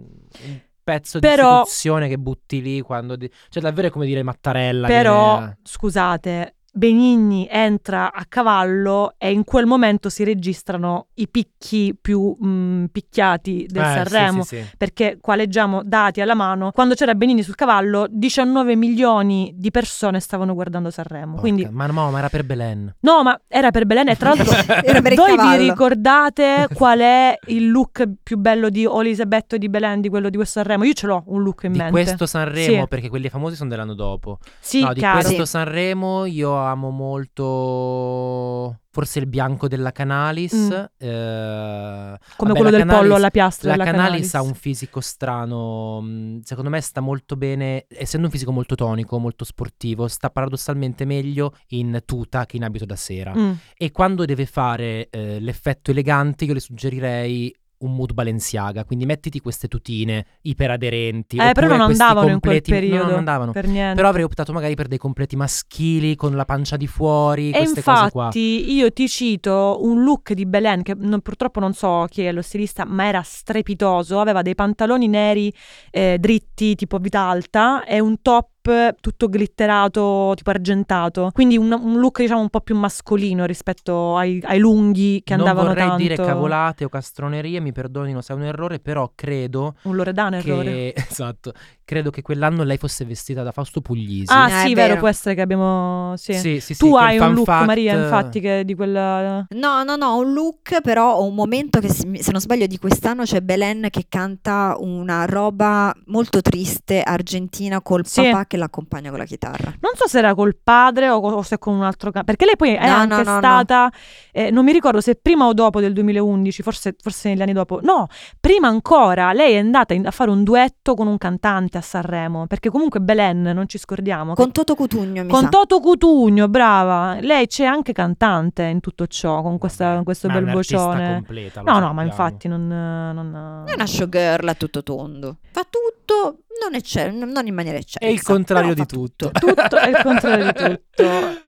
pezzo Però- di istituzione che butti lì quando di- cioè davvero è come dire Mattarella Però, che- scusate, Benigni entra a cavallo e in quel momento si registrano i picchi più mh, picchiati del Eh, sì, Sanremo. sì, sì. Perché qua leggiamo dati alla mano, quando c'era Benigni sul cavallo diciannove milioni di persone stavano guardando Sanremo. Porca- Quindi ma no, ma era per Belen. no, ma era per Belen e tra l'altro Era per il voi vi cavallo. ricordate qual è il look più bello di Elisabetta e di Belen, di quello di questo Sanremo? Io ce l'ho un look in Di mente. questo Sanremo, Sì. perché quelli famosi sono dell'anno dopo. Sì, No, di caro. questo Sì. Sanremo io amo molto forse il bianco della Canalis. Mm. eh, Come vabbè, quello la del Canalis- pollo alla piastra La della Canalis Canalis. ha un fisico strano, mh, secondo me sta molto bene, essendo un fisico molto tonico, molto sportivo, sta paradossalmente meglio in tuta che in abito da sera. Mm. E quando deve fare eh, l'effetto elegante io le suggerirei un mood Balenciaga, quindi mettiti queste tutine iperaderenti. Eh, però oppure non questi andavano in quel completi- no, periodo. no, non andavano. Per niente. Però avrei optato magari per dei completi maschili con la pancia di fuori, E queste cose qua. infatti io ti cito un look di Belen che non- purtroppo non so chi è lo stilista, ma era strepitoso. Aveva dei pantaloni neri eh, dritti tipo vita alta e un top top tutto glitterato, tipo argentato, quindi un, un look diciamo un po' più mascolino rispetto ai, ai lunghi che non andavano vorrei tanto. dire cavolate o castronerie, mi perdonino se è un errore, però credo Un Loredano che errore. esatto, credo che quell'anno lei fosse vestita da Fausto Puglisi. Ah Eh, sì, è vero, vero. può essere che abbiamo sì. sì, sì, sì, Tu che hai il un fan look, fact- Maria, infatti, che di quella No, no, no, un look, però ho un momento che, se se non sbaglio, di quest'anno c'è Belen che canta una roba molto triste argentina col Sì. papà che l'accompagna con la chitarra. non so se era col padre o, o se con un altro ca- perché lei poi è No, anche no, no, no. stata eh, non mi ricordo se prima o dopo del duemilaundici, forse, forse negli anni dopo, no, prima ancora lei è andata in- a fare un duetto con un cantante a Sanremo, perché comunque Belen, non ci scordiamo che- Con Toto Cutugno, mi con sa. Toto Cutugno, brava, lei c'è anche cantante in tutto ciò, con questa, Vabbè, con questo ma è bel un'artista vocione. completa, lo No, no, ma sappiamo. infatti non, non... È una showgirl a tutto tondo. Fa tutto, non, ecce- non in maniera eccelsa. È il contrario però di fa tutto. Tutto è il contrario di tutto.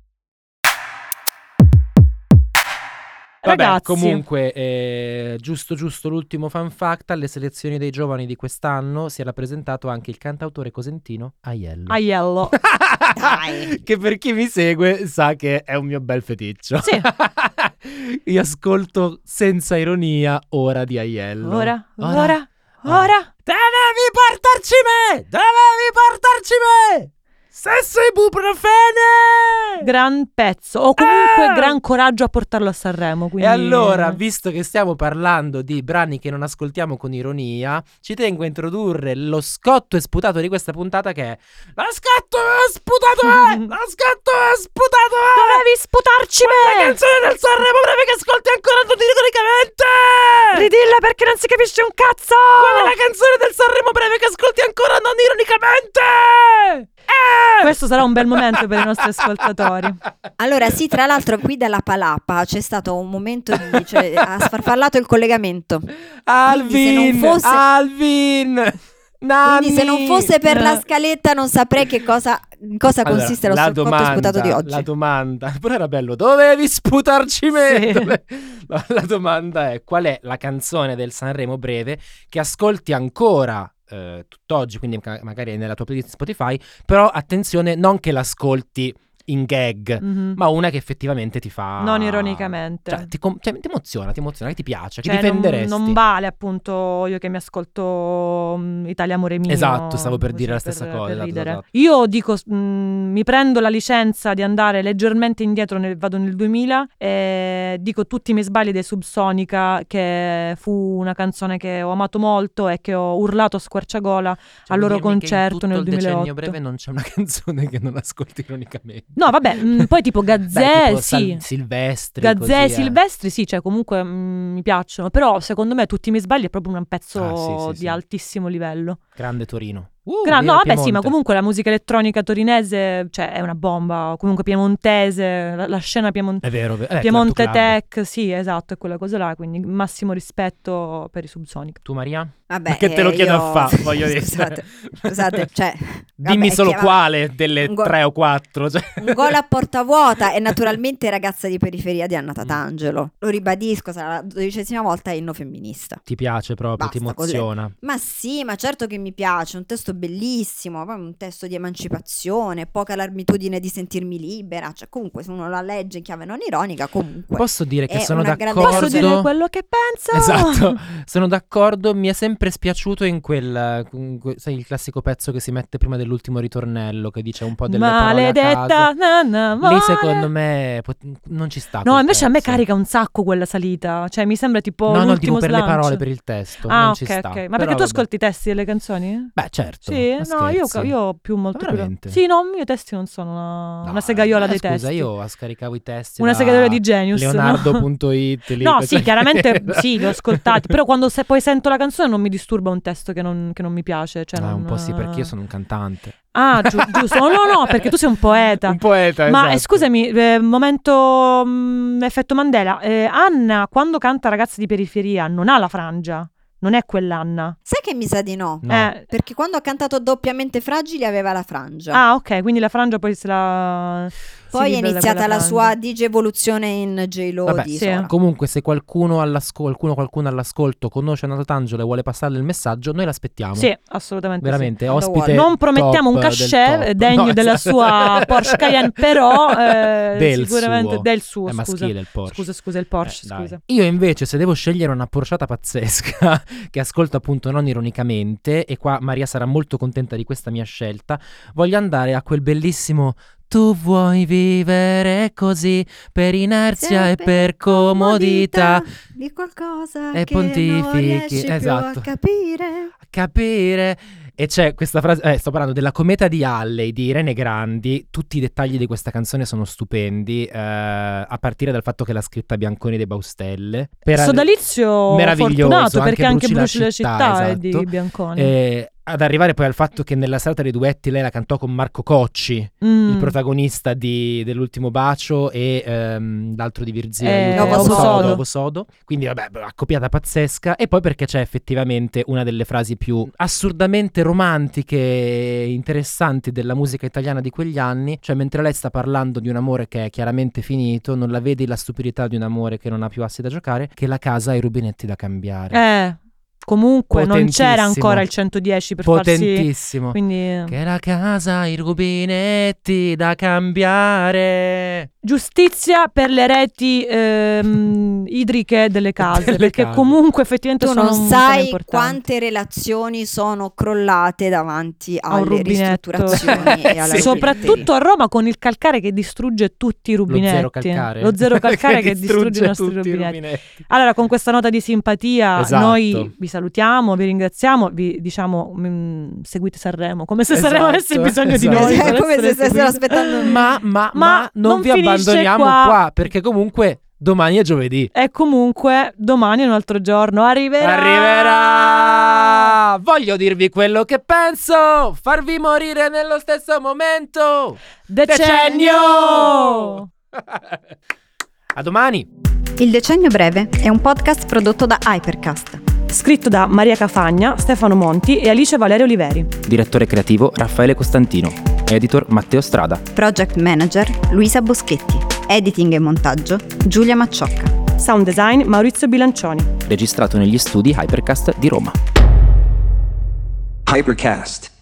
Vabbè, Ragazzi, comunque, eh, giusto giusto l'ultimo fan fact, alle selezioni dei giovani di quest'anno si era presentato anche il cantautore cosentino Aiello. Aiello. Dai. Che per chi mi segue sa che è un mio bel feticcio. Sì. Io ascolto senza ironia Ora di Aiello. Ora, ora, Ora. ora. Dovevi portarci me! Dovevi portarci me! Sesso ibuprofene! Gran pezzo, o comunque Ah! gran coraggio a portarlo a Sanremo. Quindi... E allora, visto che stiamo parlando di brani che non ascoltiamo con ironia, ci tengo a introdurre lo scotto e sputato di questa puntata, che è lo scotto e sputato è! Lo scotto e sputato è! Dovevi sputarci La me! canzone del Sanremo brevi che ascolti ancora non ironicamente! Ridilla perché non si capisce un cazzo! Qual è la canzone del Sanremo breve che ascolti ancora non ironicamente? Eh! Questo sarà un bel momento per i nostri ascoltatori. Allora, sì, tra l'altro qui dalla Palapa c'è stato un momento di... cioè, ha sfarfallato il collegamento. Alvin! Quindi se non fosse- Alvin! Nanni! Quindi se non fosse per la scaletta non saprei che cosa, in cosa Allora, consiste lo la scotto domanda, sputato di oggi. La domanda, però era bello, dovevi sputarci me? Sì. Dove- No, la domanda è: qual è la canzone del Sanremo breve che ascolti ancora eh, tutt'oggi, quindi ca- magari è nella tua playlist Spotify, però attenzione, non che l'ascolti in gag, Mhm. ma una che effettivamente ti fa... Non ironicamente. Cioè, ti, com- cioè, ti emoziona, ti emoziona, che ti piace, che Cioè, non, difenderesti. non vale appunto io che mi ascolto mm, Italia Amore Mio. Esatto, stavo per dire la così, stessa per- cosa, per esatto, ridere. esatto. Io dico, mm, mi prendo la licenza di andare leggermente indietro, nel- vado nel duemila e dico tutti i miei sbagli dei Subsonica, che fu una canzone che ho amato molto e che ho urlato a squarciagola Cioè, al loro vuol dirmi che in concerto tutto nel il decennio duemilaotto. breve non c'è una canzone che non ascolti ironicamente. No, vabbè, mm, poi tipo Gazzè, Beh, tipo sì. Sal- Silvestri, Gazzè, così, eh. Silvestri, sì, cioè comunque mm, mi piacciono, però secondo me tutti i miei sbagli è proprio un pezzo Ah, sì, sì, di sì. altissimo livello. Grande Torino. Uh, Gra- viva no, vabbè, sì, Piemonte. ma comunque la musica elettronica torinese, cioè, è una bomba. Comunque piemontese, la, la scena piemon- È vero, è vero. Eh, Piemonte Club to Club. Tech, sì, esatto, è quella cosa là. Quindi massimo rispetto per i Subsonica. Tu, Maria? Vabbè, Ma che te lo eh, chiedo io- a fa, voglio dire. Scusate, scusate, cioè... Dimmi vabbè, solo che- quale delle un go- tre o quattro. Cioè. Un gol a porta vuota e naturalmente Ragazza di periferia di Anna Mm. Tatangelo. Lo ribadisco, sarà la dodicesima volta inno femminista. Ti piace proprio, ti Basta, così. emoziona. Ma sì, ma certo che mi piace, un testo bellissimo, poi un testo di emancipazione, poca l'armitudine di sentirmi libera, cioè comunque se uno la legge in chiave non ironica, comunque... Posso dire che È sono una grande d'accordo. Posso dire quello che penso? Esatto, sono d'accordo. Mi è sempre spiaciuto in quel, in que- sai, il classico pezzo che si mette prima dell'ultimo ritornello, che dice un po' delle parole a Maledetta, caso. na, na, Lì male. secondo me pot- non ci sta. No, quel invece a me pezzo. carica un sacco quella salita. Cioè, mi sembra tipo No, no, l'ultimo tipo per le slancio. parole, per il testo. Ah, non ok, ci sta. ok. Ma Però perché tu vabbè. ascolti i testi delle canzoni? Beh, certo. Sì, ma no, io, scherzi. io più molto più... Veramente? Sì, no, io testi non sono una, No, una segaiola eh, dei scusa, testi. io scaricavo i testi Una da segaiola di Genius, no? Leonardo punto it lì, No, così. sì, chiaramente sì, li ho ascoltati. Però quando se poi sento la canzone non mi disturba un testo che non, che non mi piace. Cioè Ah, non- un po' sì, perché io sono un cantante. Ah, giu- giusto. No, no, no, perché tu sei un poeta. Un poeta, Ma eh, esatto. scusami, eh, momento mm, effetto Mandela. Eh, Anna, quando canta Ragazzi di periferia, non ha la frangia. Non è quell'Anna. Sai che mi sa di no? No. Eh, Perché quando ha cantato Doppiamente Fragili aveva la frangia. ah, ok, quindi la frangia poi se la... Poi è Sì, bella iniziata quella la band. sua digievoluzione in J-Lo Vabbè, di sì. Sola. Comunque, se qualcuno, all'asco- qualcuno, qualcuno all'ascolto conosce Anna Tatangelo e vuole passarle il messaggio, noi l'aspettiamo. Sì, assolutamente Veramente, Quando ospite vuole. Non promettiamo top un del cachet top. degno No, della esatto. sua Porsche Cayenne, però eh, Del sicuramente suo. del suo, È scusa. maschile il Porsche. Scusa, scusa, il Porsche, Eh, dai. scusa. Io invece, se devo scegliere una porciata pazzesca che ascolto appunto non ironicamente, e qua Maria sarà molto contenta di questa mia scelta, voglio andare a quel bellissimo "Tu vuoi vivere così per inerzia e per comodità di qualcosa e che non pontifichi", riesci esatto. più a capire. a capire. E c'è questa frase, eh, sto parlando della Cometa di Halley di Irene Grandi. Tutti i dettagli di questa canzone sono stupendi, eh, a partire dal fatto che l'ha scritta Bianconi de Baustelle. Per Sodalizio meraviglioso, fortunato, perché anche Bruci Bruci la la città, città è esatto. di Bianconi. Eh, ad arrivare poi al fatto che nella serata dei duetti lei la cantò con Marco Cocci, Mm. il protagonista di dell'Ultimo Bacio, e ehm, l'altro di Virzia, Eh, aiuto, Uovo Sodo. Uovo Sodo. Quindi vabbè, accoppiata pazzesca. E poi perché c'è effettivamente una delle frasi più assurdamente romantiche e interessanti della musica italiana di quegli anni, cioè mentre lei sta parlando di un amore che è chiaramente finito, non la vedi la stupidità di un amore che non ha più assi da giocare, che la casa ha i rubinetti da cambiare. Eh, comunque non c'era Potentissimo. ancora il centodieci per farsi... Potentissimo. Quindi Che la casa ha i rubinetti da cambiare. giustizia per le reti ehm, idriche delle case, Delle perché case. comunque effettivamente Tu sono non sono sai importanti. quante relazioni sono crollate davanti A un alle rubinetto. ristrutturazioni e alla Sì. Soprattutto a Roma con il calcare che distrugge tutti i rubinetti. Lo zero calcare. Lo zero calcare che distrugge i nostri tutti i rubinetti. rubinetti. Allora, con questa nota di simpatia, Esatto. noi vi salutiamo, vi ringraziamo, vi diciamo mm, seguite Sanremo, come se Sanremo Esatto, avesse bisogno di esatto. noi. È per come essere se stessero seguiti. aspettando Ma, ma, Ma ma non, non vi finisce abbandoniamo qua. qua. perché comunque domani è giovedì. E comunque domani è un altro giorno, arriverà. Arriverà! Voglio dirvi quello che penso, farvi morire nello stesso momento. Decennio! A domani! Il Decennio Breve è un podcast prodotto da Hypercast. Scritto da Maria Cafagna, Stefano Monti e Alice Valeria Oliveri. Direttore creativo Raffaele Costantino. Editor Matteo Strada. Project Manager Luisa Boschetti. Editing e montaggio Giulia Macciocca. Sound design Maurizio Bilancioni. Registrato negli studi Hypercast di Roma. Hypercast.